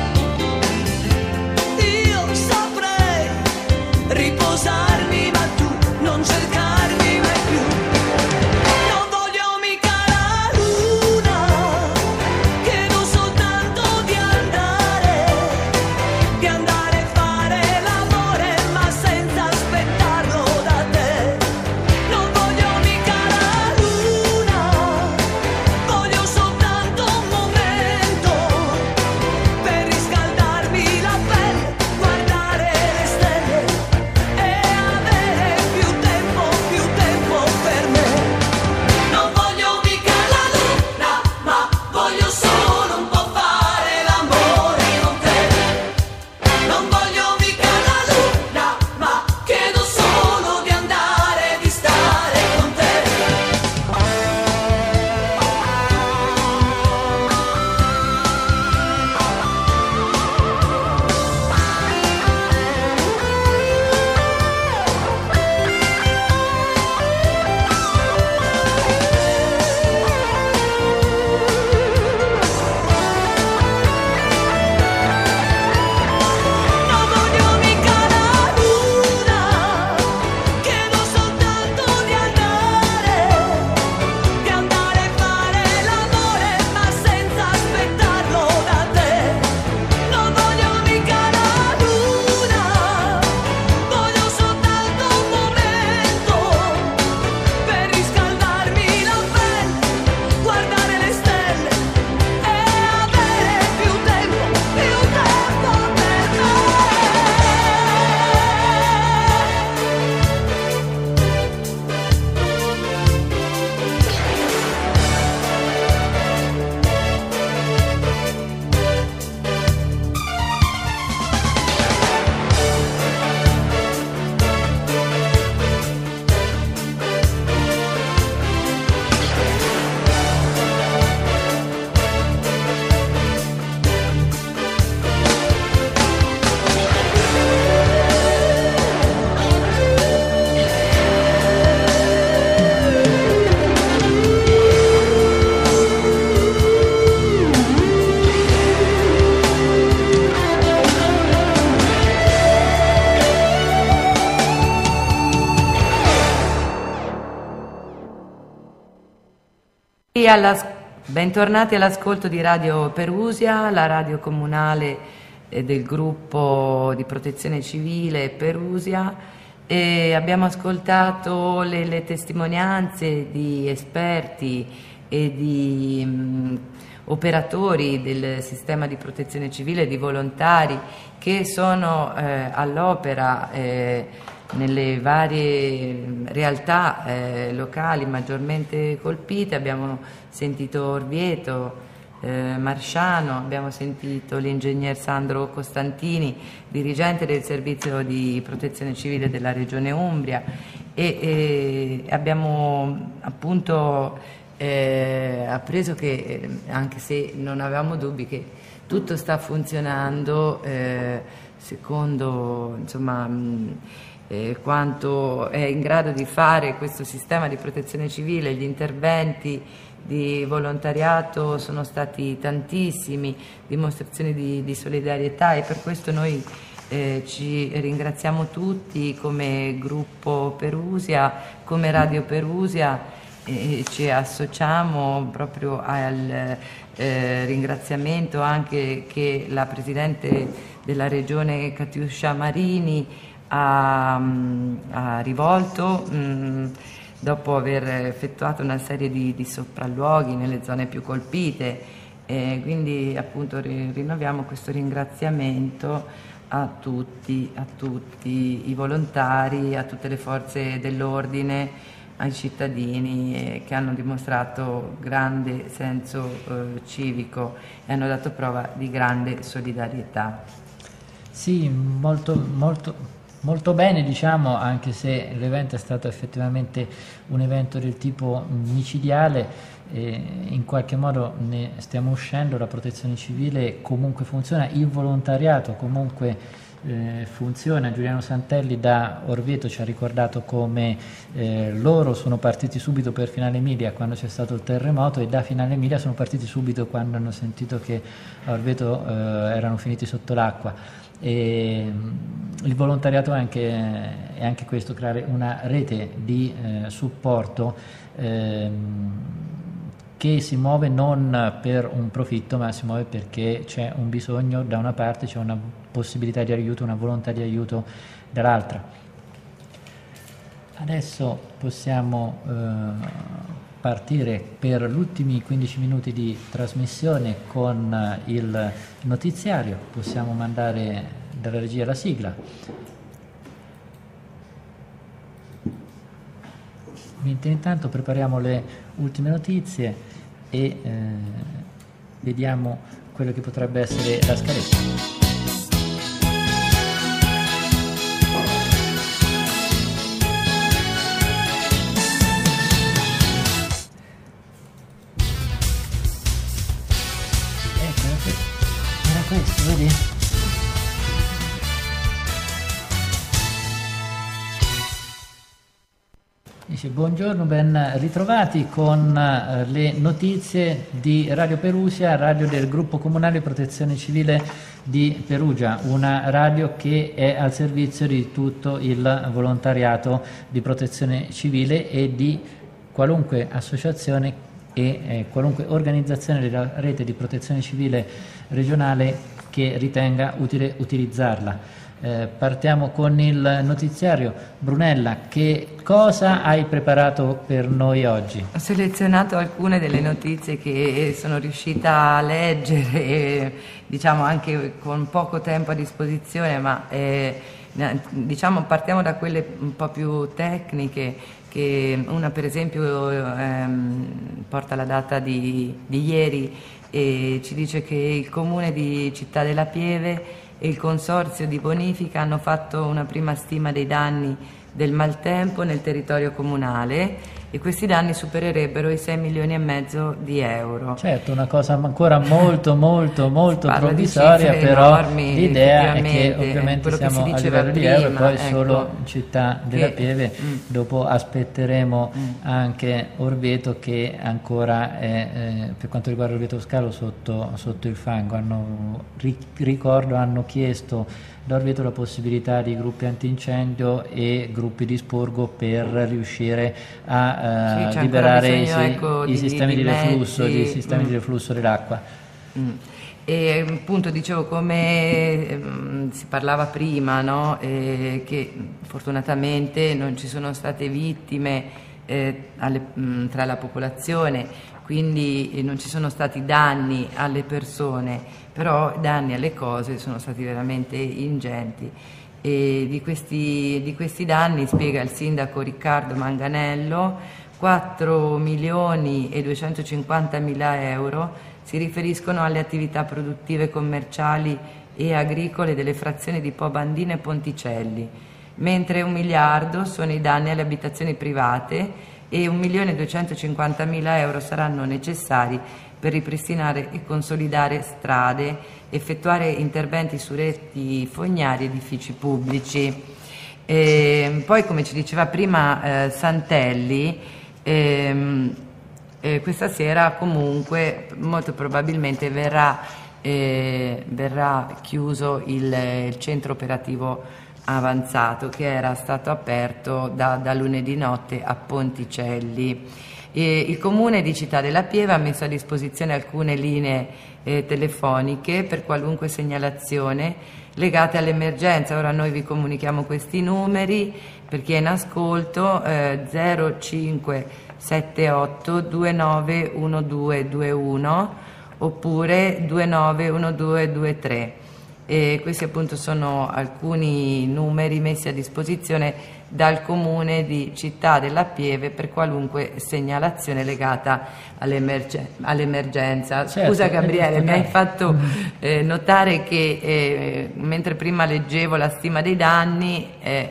Io saprei riposarmi, ma tu non cercarmi mai più. Non voglio mica la luna, chiedo soltanto di andare a fare l'amore, ma senza aspettarlo da te. Non voglio mica la luna, voglio soltanto un momento per riscaldarmi la pelle, guardare le stelle e avere più tempo per me. Non voglio mica la luna, ma voglio solo un po' fare l'amore con te. Non voglio mica la luna, ma chiedo solo di andare, di stare con te. Non voglio mica la luna, chiedo soltanto di andare a fare l'amore, ma senza aspettarlo da te. Non voglio mica la luna, voglio soltanto un momento per riscaldarmi la pelle, guardare le stelle e avere più tempo per me. Bentornati all'ascolto di Radio Perusia, la radio comunale del gruppo di protezione civile Perusia, e abbiamo ascoltato le testimonianze di esperti e di operatori del sistema di protezione civile, di volontari che sono all'opera nelle varie realtà locali maggiormente colpite. Abbiamo sentito Orvieto, Marsciano, abbiamo sentito l'ingegner Sandro Costantini, dirigente del servizio di protezione civile della Regione Umbria, e abbiamo appunto appreso che, anche se non avevamo dubbi, che tutto sta funzionando secondo quanto è in grado di fare questo sistema di protezione civile. Gli interventi di volontariato sono stati tantissimi, dimostrazioni di solidarietà, e per questo noi ci ringraziamo tutti come gruppo Perusia, come Radio Perusia, e ci associamo proprio al ringraziamento anche che la Presidente della Regione Katiuscia Marini ha rivolto dopo aver effettuato una serie di sopralluoghi nelle zone più colpite. Quindi appunto rinnoviamo questo ringraziamento a tutti i volontari, a tutte le forze dell'ordine, ai cittadini che hanno dimostrato grande senso civico e hanno dato prova di grande solidarietà. Sì, molto bene, diciamo, anche se l'evento è stato effettivamente un evento del tipo micidiale. In qualche modo ne stiamo uscendo, la protezione civile comunque funziona, il volontariato comunque funziona. Giuliano Santelli da Orvieto ci ha ricordato come loro sono partiti subito per Finale Emilia quando c'è stato il terremoto, e da Finale Emilia sono partiti subito quando hanno sentito che a Orvieto erano finiti sotto l'acqua. E il volontariato è anche questo, creare una rete di supporto che si muove non per un profitto, ma si muove perché c'è un bisogno da una parte, c'è una possibilità di aiuto, una volontà di aiuto dall'altra. Adesso possiamo partire per gli ultimi 15 minuti di trasmissione con il notiziario. Possiamo mandare dalla regia la sigla. Mentre intanto prepariamo le ultime notizie e vediamo quello che potrebbe essere la scaletta. Era questo, vedi? Dice: buongiorno, ben ritrovati con le notizie di Radio Perusia, radio del gruppo comunale Protezione Civile di Perugia, una radio che è al servizio di tutto il volontariato di protezione civile e di qualunque associazione e qualunque organizzazione della rete di protezione civile regionale che ritenga utile utilizzarla. Partiamo con il notiziario. Brunella, che cosa hai preparato per noi oggi? Ho selezionato alcune delle notizie che sono riuscita a leggere, diciamo anche con poco tempo a disposizione, ma diciamo partiamo da quelle un po' più tecniche, che una per esempio porta la data di ieri e ci dice che il comune di Città della Pieve e il consorzio di bonifica hanno fatto una prima stima dei danni del maltempo nel territorio comunale, e questi danni supererebbero i 6,5 milioni di euro. Certo, una cosa ancora molto provvisoria, però l'idea è che ovviamente siamo a livello di euro, e poi ecco, solo Città della Pieve, dopo aspetteremo anche Orvieto, che ancora è, per quanto riguarda Orvieto Scalo, sotto il fango. Ricordo, hanno chiesto da Orvieto la possibilità di gruppi antincendio e gruppi di spurgo per riuscire a liberare i sistemi di reflusso, di reflusso dell'acqua. E appunto dicevo, come si parlava prima, no? Che fortunatamente non ci sono state vittime tra la popolazione, quindi non ci sono stati danni alle persone, però danni alle cose sono stati veramente ingenti. E di questi danni, spiega il sindaco Riccardo Manganello, 4.250.000 euro si riferiscono alle attività produttive, commerciali e agricole delle frazioni di Po Bandino e Ponticelli, mentre 1 miliardo sono i danni alle abitazioni private e 1.250.000 euro saranno necessari per ripristinare e consolidare strade, effettuare interventi su reti fognari e edifici pubblici. Poi, come ci diceva prima Santelli, questa sera comunque molto probabilmente verrà chiuso il centro operativo avanzato, che era stato aperto da lunedì notte a Ponticelli. Il Comune di Città della Pieve ha messo a disposizione alcune linee telefoniche per qualunque segnalazione legate all'emergenza. Ora noi vi comunichiamo questi numeri per chi è in ascolto: 0578 291221 oppure 291223. E questi appunto sono alcuni numeri messi a disposizione dal Comune di Città della Pieve per qualunque segnalazione legata all'emergenza. Certo, Scusa Gabriele, mi hai fatto Mm. notare che mentre prima leggevo la stima dei danni,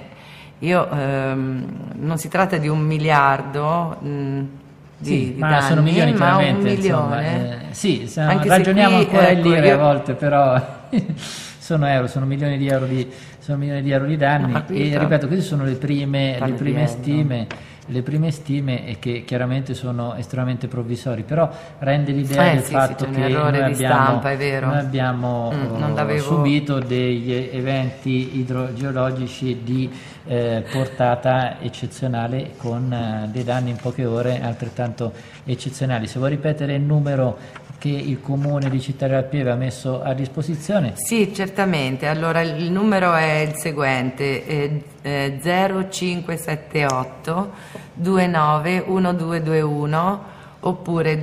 non si tratta di 1 miliardo Sì, di ma danni, sono milioni ma 1 chiaramente, milione. sì, Anche se ragioniamo qui, ancora in ecco, lire io- a volte, però sono euro, sono milioni di euro di danni. Ma qui E ripeto, queste sono le prime stime e che chiaramente sono estremamente provvisori, però rende l'idea del Sì, fatto c'è un che errore noi di stampa, è vero. abbiamo non l'avevo- subito degli eventi idrogeologici di portata eccezionale, con dei danni in poche ore altrettanto eccezionali. Se vuoi ripetere il numero che il Comune di Città della Pieve ha messo a disposizione? Sì, certamente. Allora il numero è il seguente: 0578 291221 oppure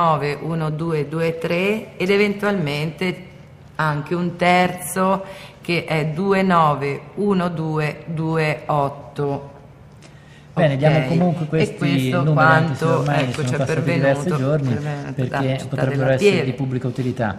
291223 ed eventualmente anche un terzo che è 291228. Bene, diamo Ok. comunque E questi questo numeri, anche se quanto, ormai ecco, sono ci è passati diversi pervenuto giorni, da perché Città potrebbero della essere Pieve. di pubblica utilità.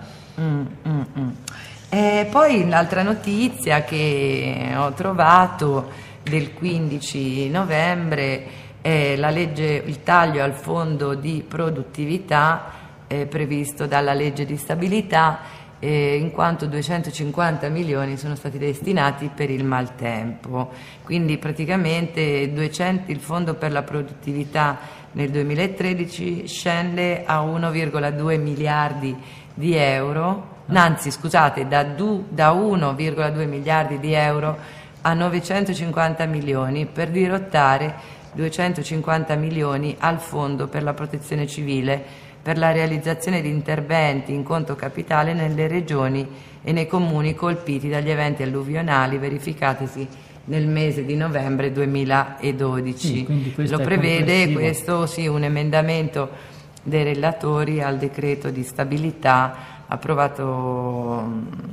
Poi l'altra notizia che ho trovato del 15 novembre è la legge, il taglio al fondo di produttività previsto dalla legge di stabilità, in quanto 250 milioni sono stati destinati per il maltempo. Quindi praticamente il fondo per la produttività nel 2013 scende a 1,2 miliardi di euro, anzi scusate, da 1,2 miliardi di euro a 950 milioni, per dirottare 250 milioni al fondo per la protezione civile per la realizzazione di interventi in conto capitale nelle regioni e nei comuni colpiti dagli eventi alluvionali verificatisi nel mese di novembre 2012. Sì, quindi questo Lo è prevede complessivo. questo, sì, un emendamento dei relatori al decreto di stabilità approvato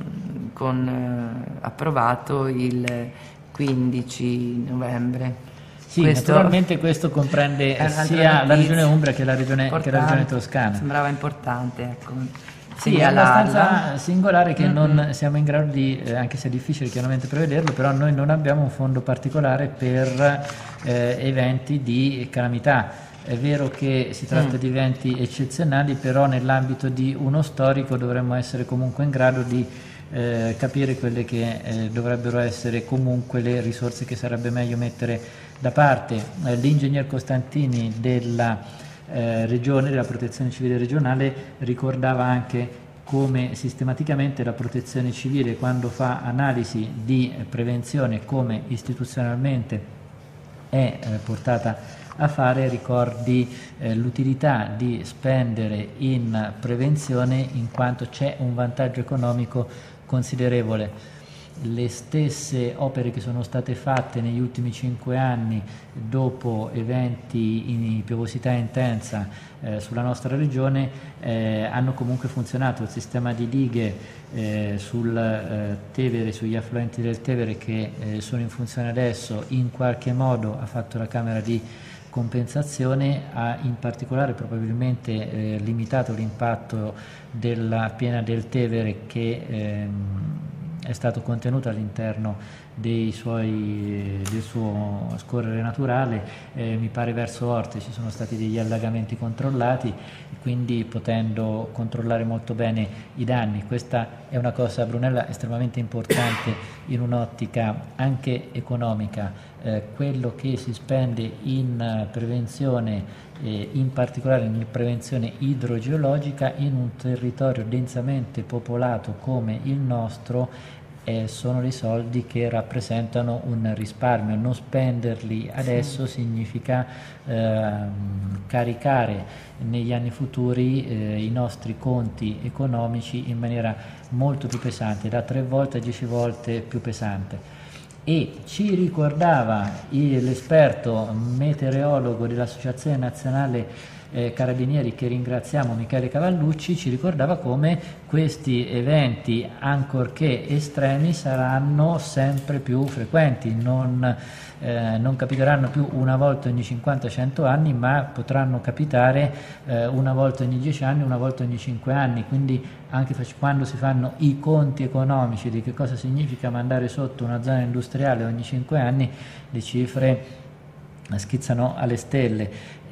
il 15 novembre. Sì, naturalmente questo comprende è un'altra sia la notizia regione Umbria che la regione importante, Toscana. Sembrava importante, ecco. Sì, è abbastanza singolare che non siamo in grado di, anche se è difficile chiaramente prevederlo, però noi non abbiamo un fondo particolare per eventi di calamità. È vero che si tratta di eventi eccezionali, però nell'ambito di uno storico dovremmo essere comunque in grado di capire quelle che dovrebbero essere comunque le risorse che sarebbe meglio mettere da parte. L'ingegner Costantini della Regione, della Protezione Civile regionale, ricordava anche come sistematicamente la Protezione Civile, quando fa analisi di prevenzione, come istituzionalmente è portata a fare, ricordi l'utilità di spendere in prevenzione in quanto c'è un vantaggio economico considerevole. le stesse opere che sono state fatte negli ultimi 5 anni dopo eventi di piovosità intensa sulla nostra regione hanno comunque funzionato. Il sistema di dighe sul Tevere, sugli affluenti del Tevere che sono in funzione adesso, in qualche modo ha fatto la Camera di compensazione, ha in particolare probabilmente limitato l'impatto della piena del Tevere che è stato contenuto all'interno del suo scorrere naturale, mi pare verso Orte ci sono stati degli allagamenti controllati, quindi potendo controllare molto bene i danni. Questa è una cosa, Brunella, estremamente importante in un'ottica anche economica. Quello che si spende in prevenzione, in particolare in prevenzione idrogeologica in un territorio densamente popolato come il nostro, sono dei soldi che rappresentano un risparmio. Non spenderli adesso significa caricare negli anni futuri i nostri conti economici in maniera molto più pesante, da 3 volte a 10 volte più pesante. E ci ricordava l'esperto meteorologo dell'Associazione Nazionale Carabinieri, che ringraziamo, Michele Cavallucci, ci ricordava come questi eventi, ancorché estremi, saranno sempre più frequenti, non capiteranno più una volta ogni 50-100 anni, ma potranno capitare una volta ogni 10 anni, una volta ogni 5 anni, quindi anche quando si fanno i conti economici di che cosa significa mandare sotto una zona industriale ogni 5 anni, le cifre schizzano alle stelle.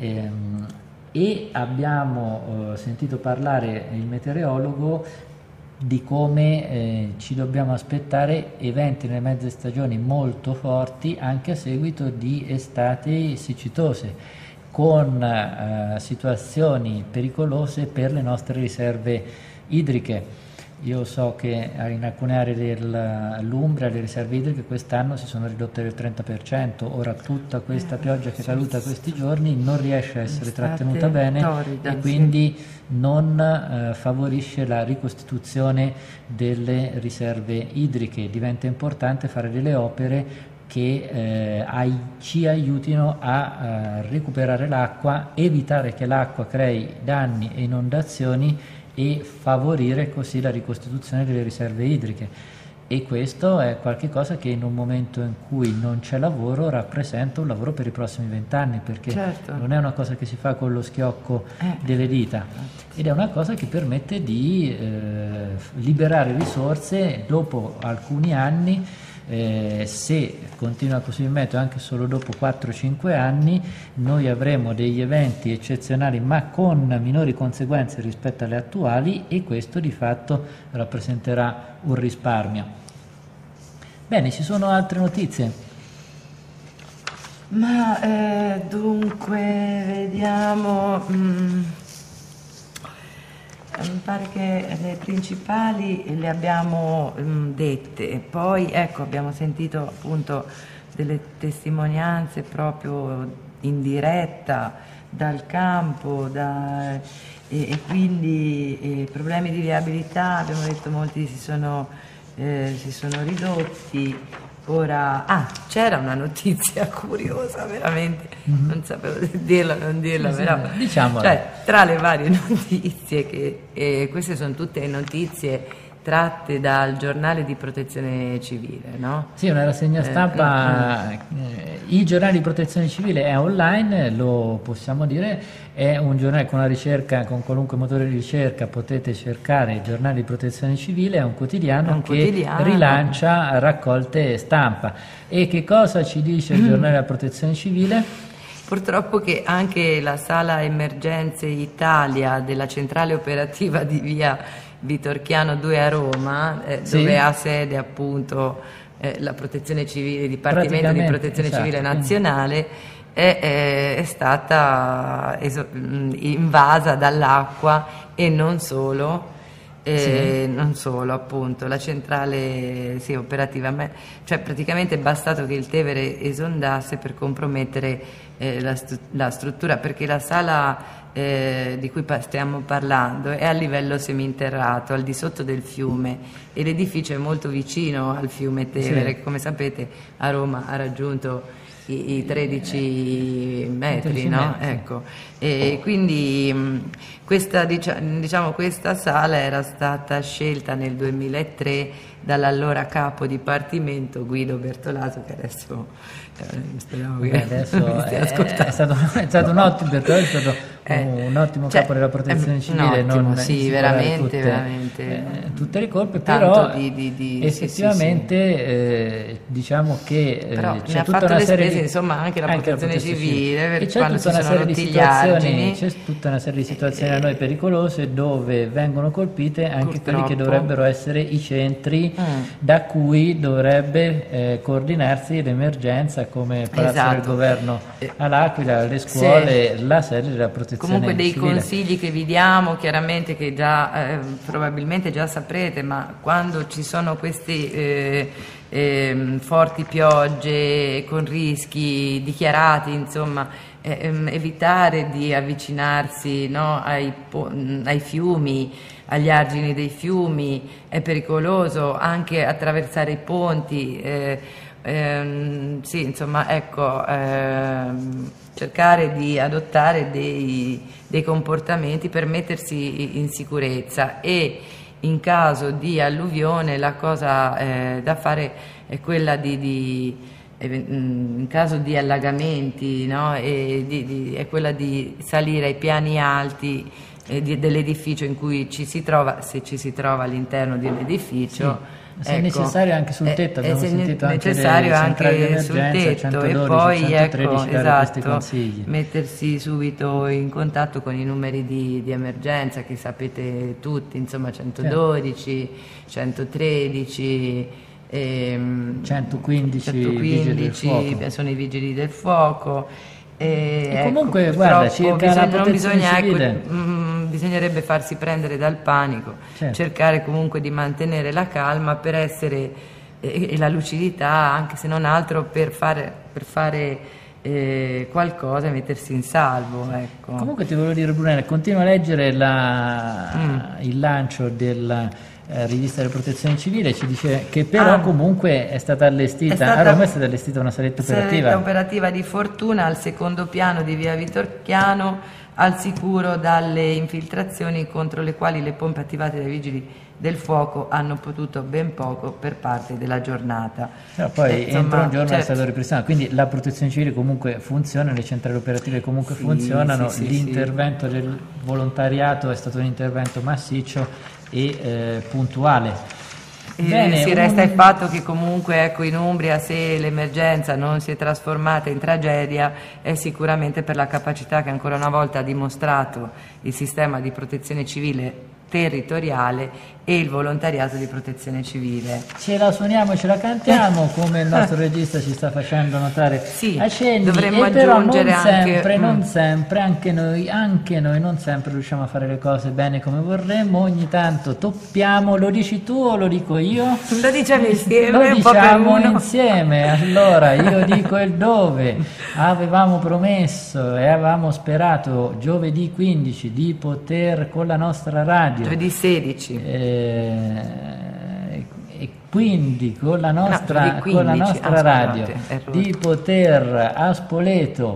E abbiamo sentito parlare il meteorologo di come ci dobbiamo aspettare eventi nelle mezze stagioni molto forti anche a seguito di estati siccitose, con situazioni pericolose per le nostre riserve idriche. Io so che in alcune aree dell'Umbria le riserve idriche quest'anno si sono ridotte del 30%, ora tutta questa pioggia che è caduta questi giorni non riesce a essere trattenuta bene e quindi non favorisce la ricostituzione delle riserve idriche. Diventa importante fare delle opere che ci aiutino a recuperare l'acqua, evitare che l'acqua crei danni e inondazioni e favorire così la ricostituzione delle riserve idriche. E questo è qualcosa che in un momento in cui non c'è lavoro rappresenta un lavoro per i prossimi 20 anni, perché non è una cosa che si fa con lo schiocco delle dita, ed è una cosa che permette di liberare risorse dopo alcuni anni. Se continua così il metodo, anche solo dopo 4-5 anni noi avremo degli eventi eccezionali ma con minori conseguenze rispetto alle attuali, e questo di fatto rappresenterà un risparmio. Bene, ci sono altre notizie? Ma dunque vediamo. Mi pare che le principali le abbiamo dette, poi ecco, abbiamo sentito appunto delle testimonianze proprio in diretta dal campo, e quindi problemi di viabilità, abbiamo detto molti si sono ridotti. Ora, c'era una notizia curiosa, veramente, non sapevo se dirla o non dirla, però diciamola. Cioè, tra le varie notizie, che queste sono tutte notizie tratte dal giornale di Protezione Civile, no? Sì, una rassegna stampa. Il giornale di Protezione Civile è online, lo possiamo dire, è un giornale con una ricerca, con qualunque motore di ricerca potete cercare il giornale di Protezione Civile, è un quotidiano che rilancia raccolte stampa. E che cosa ci dice il giornale della Protezione Civile? Purtroppo che anche la sala emergenze Italia della centrale operativa di via Vitorchiano 2 a Roma, dove ha sede appunto la Protezione Civile, il Dipartimento di Protezione Civile Nazionale, è stata invasa dall'acqua, e non solo, E non solo, appunto, la centrale operativa, cioè praticamente è bastato che il Tevere esondasse per compromettere la struttura, perché la sala di cui stiamo parlando è a livello seminterrato, al di sotto del fiume, e l'edificio è molto vicino al fiume Tevere, che come sapete a Roma ha raggiunto i 13 metri, no? Ecco. E quindi questa, questa sala era stata scelta nel 2003 dall'allora capo dipartimento Guido Bertolaso, che adesso speriamo che adesso è stato un ottimo, un ottimo capo della protezione civile, non veramente tutte le colpe, però effettivamente diciamo che c'è tutta una serie di, insomma, anche la protezione civile, e c'è tutta una serie di situazioni, c'è tutta una serie di situazioni a noi pericolose dove vengono colpite anche quelli che dovrebbero essere i centri da cui dovrebbe coordinarsi l'emergenza, come Palazzo del Governo all'Aquila, le scuole, la sede della protezione comunque dei civile. Consigli che vi diamo, chiaramente, che già probabilmente già saprete, ma quando ci sono questi forti piogge con rischi dichiarati, insomma, evitare di avvicinarsi, no, ai fiumi, agli argini dei fiumi, è pericoloso, anche attraversare i ponti, sì, insomma, ecco, cercare di adottare dei comportamenti per mettersi in sicurezza, e in caso di alluvione la cosa da fare è quella in caso di allagamenti, no? È quella di salire ai piani alti dell'edificio in cui ci si trova, se ci si trova all'interno di un edificio. Se è necessario anche sul tetto, abbiamo sentito necessario anche sul tetto, 112, e poi 113 ecco, mettersi subito in contatto con i numeri di emergenza che sapete tutti, insomma 112, 113, 115 sono i vigili del fuoco. E comunque guarda, circa la protezione civile, bisognerebbe farsi prendere dal panico, cercare comunque di mantenere la calma per essere e la lucidità, anche se non altro per fare qualcosa e mettersi in salvo, ecco. Comunque ti volevo dire, Brunella, continua a leggere il lancio della rivista della protezione civile, ci dice che però comunque è stata allestita a Roma, è stata allestita una saletta operativa di fortuna al secondo piano di via Vitorchiano, al sicuro dalle infiltrazioni contro le quali le pompe attivate dai vigili del fuoco hanno potuto ben poco per parte della giornata. Poi entro un giorno è stato ripristinato, quindi la protezione civile comunque funziona, le centrali operative comunque funzionano, l'intervento del volontariato è stato un intervento massiccio e puntuale. Si resta il fatto che comunque, ecco, in Umbria, se l'emergenza non si è trasformata in tragedia, è sicuramente per la capacità che ancora una volta ha dimostrato il sistema di protezione civile territoriale e il volontariato di protezione civile. Ce la suoniamo e ce la cantiamo, come il nostro regista ci sta facendo notare accenni, dovremmo però aggiungere non sempre, anche noi non sempre riusciamo a fare le cose bene come vorremmo, ogni tanto toppiamo. Lo dici tu o lo dico io? Lo diciamo insieme, lo diciamo insieme. Allora io dico il dove. Avevamo promesso e avevamo sperato giovedì 15 di poter, con la nostra radio, giovedì 16 e quindi con la nostra, radio di poter a Spoleto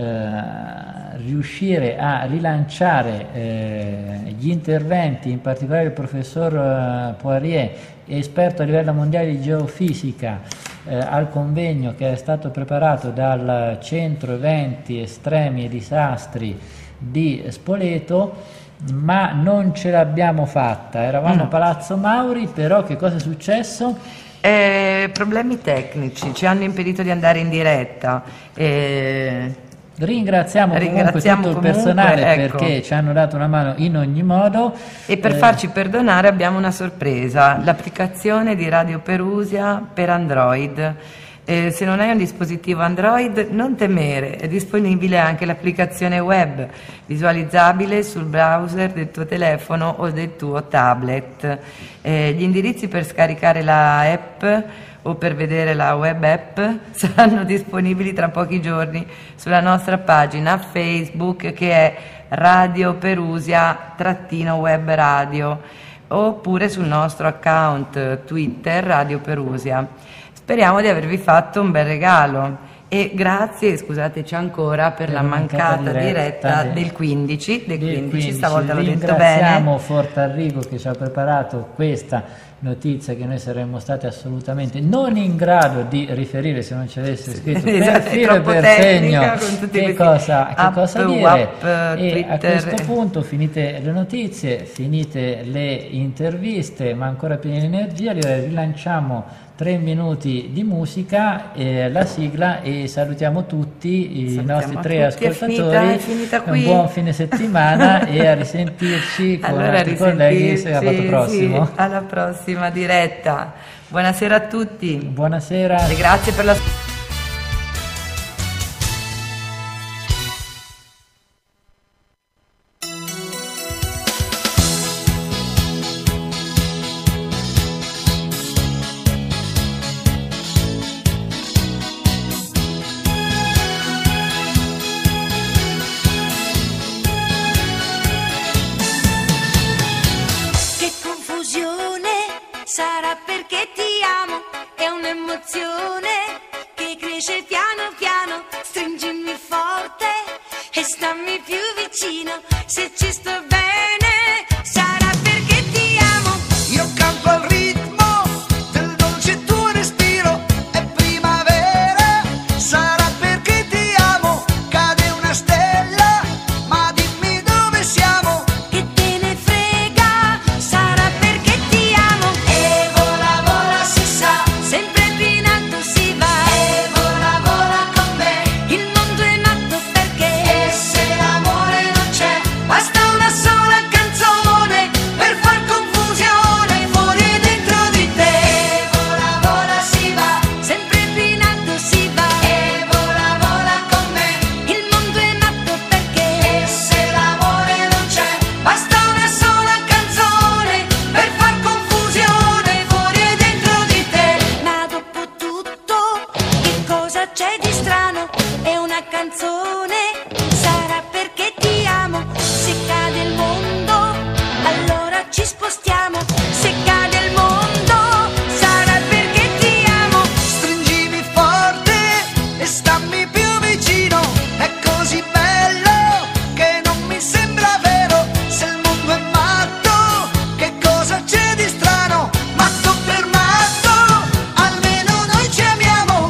riuscire a rilanciare gli interventi, in particolare il professor Poirier, esperto a livello mondiale di geofisica, al convegno che è stato preparato dal Centro Eventi Estremi e Disastri di Spoleto, ma non ce l'abbiamo fatta. Eravamo a Palazzo Mauri, però che cosa è successo? Problemi tecnici ci hanno impedito di andare in diretta. Ringraziamo comunque tutto il personale, perché ci hanno dato una mano in ogni modo. E per farci perdonare abbiamo una sorpresa: l'applicazione di Radio Perusia per Android. Se non hai un dispositivo Android, non temere, è disponibile anche l'applicazione web visualizzabile sul browser del tuo telefono o del tuo tablet. Gli indirizzi per scaricare la app o per vedere la web app saranno disponibili tra pochi giorni sulla nostra pagina Facebook, che è Radio Perusia-Web Radio, oppure sul nostro account Twitter Radio Perusia. Speriamo di avervi fatto un bel regalo e grazie, scusateci ancora per la mancata diretta del 15, stavolta l'ho detto bene. Ringraziamo Fortarrigo che ci ha preparato questa notizia che noi saremmo stati assolutamente non in grado di riferire se non ci avesse scritto per filo e per segno che cosa dire. E a questo punto, finite le notizie, finite le interviste, ma ancora pieni di energia, rilanciamo 3 minuti di musica, la sigla, e salutiamo tutti i nostri 3 ascoltatori. È finita qui. Un buon fine settimana e a risentirci con i nostri colleghi sabato prossimo. Sì, alla prossima diretta. Buonasera a tutti. Buonasera. E grazie per la sarà perché ti amo, è un'emozione che cresce piano piano, stringimi forte e stammi più vicino, se ci sto bene sarà perché ti amo. Io canto al ritmo del dolce tuo respiro, è primavera, sarà perché ti amo, cade una stella, ma dimmi dove siamo. Che te ne frega, sarà perché ti amo. E vola vola si sa, sempre più in alto si va. E vola vola con me, il mondo è matto perché. E se l'amore non c'è, basta una sola canzone per far confusione fuori e dentro di te. E vola si va, sempre più in alto si va. E vola con me, il mondo è matto perché. E se l'amore non c'è, basta una sola canzone per far confusione fuori e dentro di te. Ma dopo tutto, che cosa c'è di strano? È una canzone, sarà perché ti amo. Se cade il mondo, allora ci spostiamo. Se cade il mondo, sarà perché ti amo. Stringimi forte e stammi più vicino, è così bello che non mi sembra vero. Se il mondo è matto, che cosa c'è di strano? Matto per matto, almeno noi ci amiamo.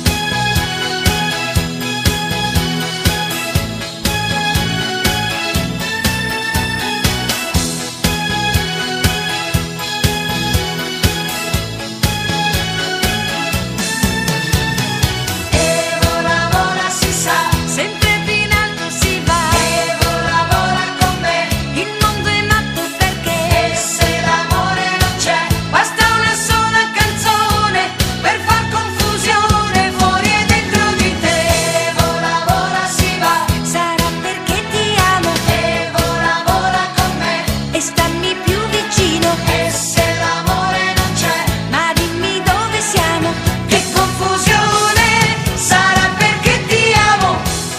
E vola si sa, sempre più in alto si va. E vola con me, il mondo è matto perché. E se l'amore non c'è, basta una sola canzone per far confusione fuori e dentro di te. E vola si va, sarà perché ti amo. E vola con me, e stammi più vicino. E se l'amore non c'è, ma dimmi dove siamo. Che confusione, sarà perché ti amo.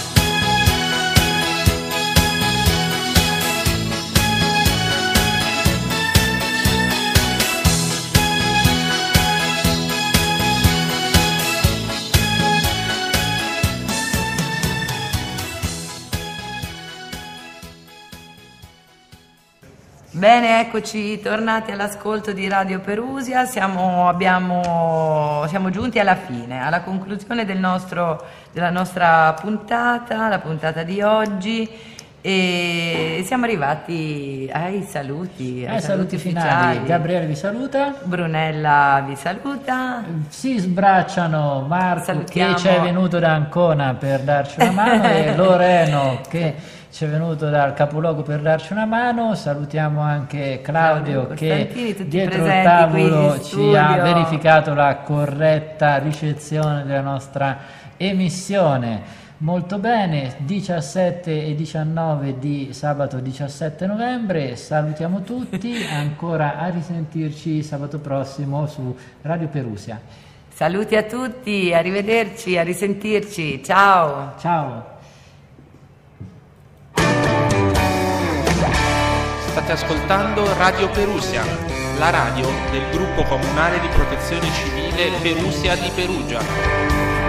Bene, eccoci tornati all'ascolto di Radio Perusia. Siamo giunti alla fine, alla conclusione della nostra puntata, la puntata di oggi, e siamo arrivati ai saluti finali. ufficiali. Gabriele vi saluta, Brunella vi saluta. si sbracciano Marco Salutiamo. che ci è venuto da Ancona per darci una mano e Loreno che ci è venuto dal capoluogo per darci una mano. Salutiamo anche Claudio che dietro il tavolo ci ha verificato la corretta ricezione della nostra emissione. Molto bene, 17 e 19 di sabato 17 novembre, salutiamo tutti, ancora a risentirci sabato prossimo su Radio Perusia. Saluti a tutti, arrivederci, a risentirci, ciao! Ciao! State ascoltando Radio Perusia, la radio del gruppo comunale di protezione civile Perusia di Perugia.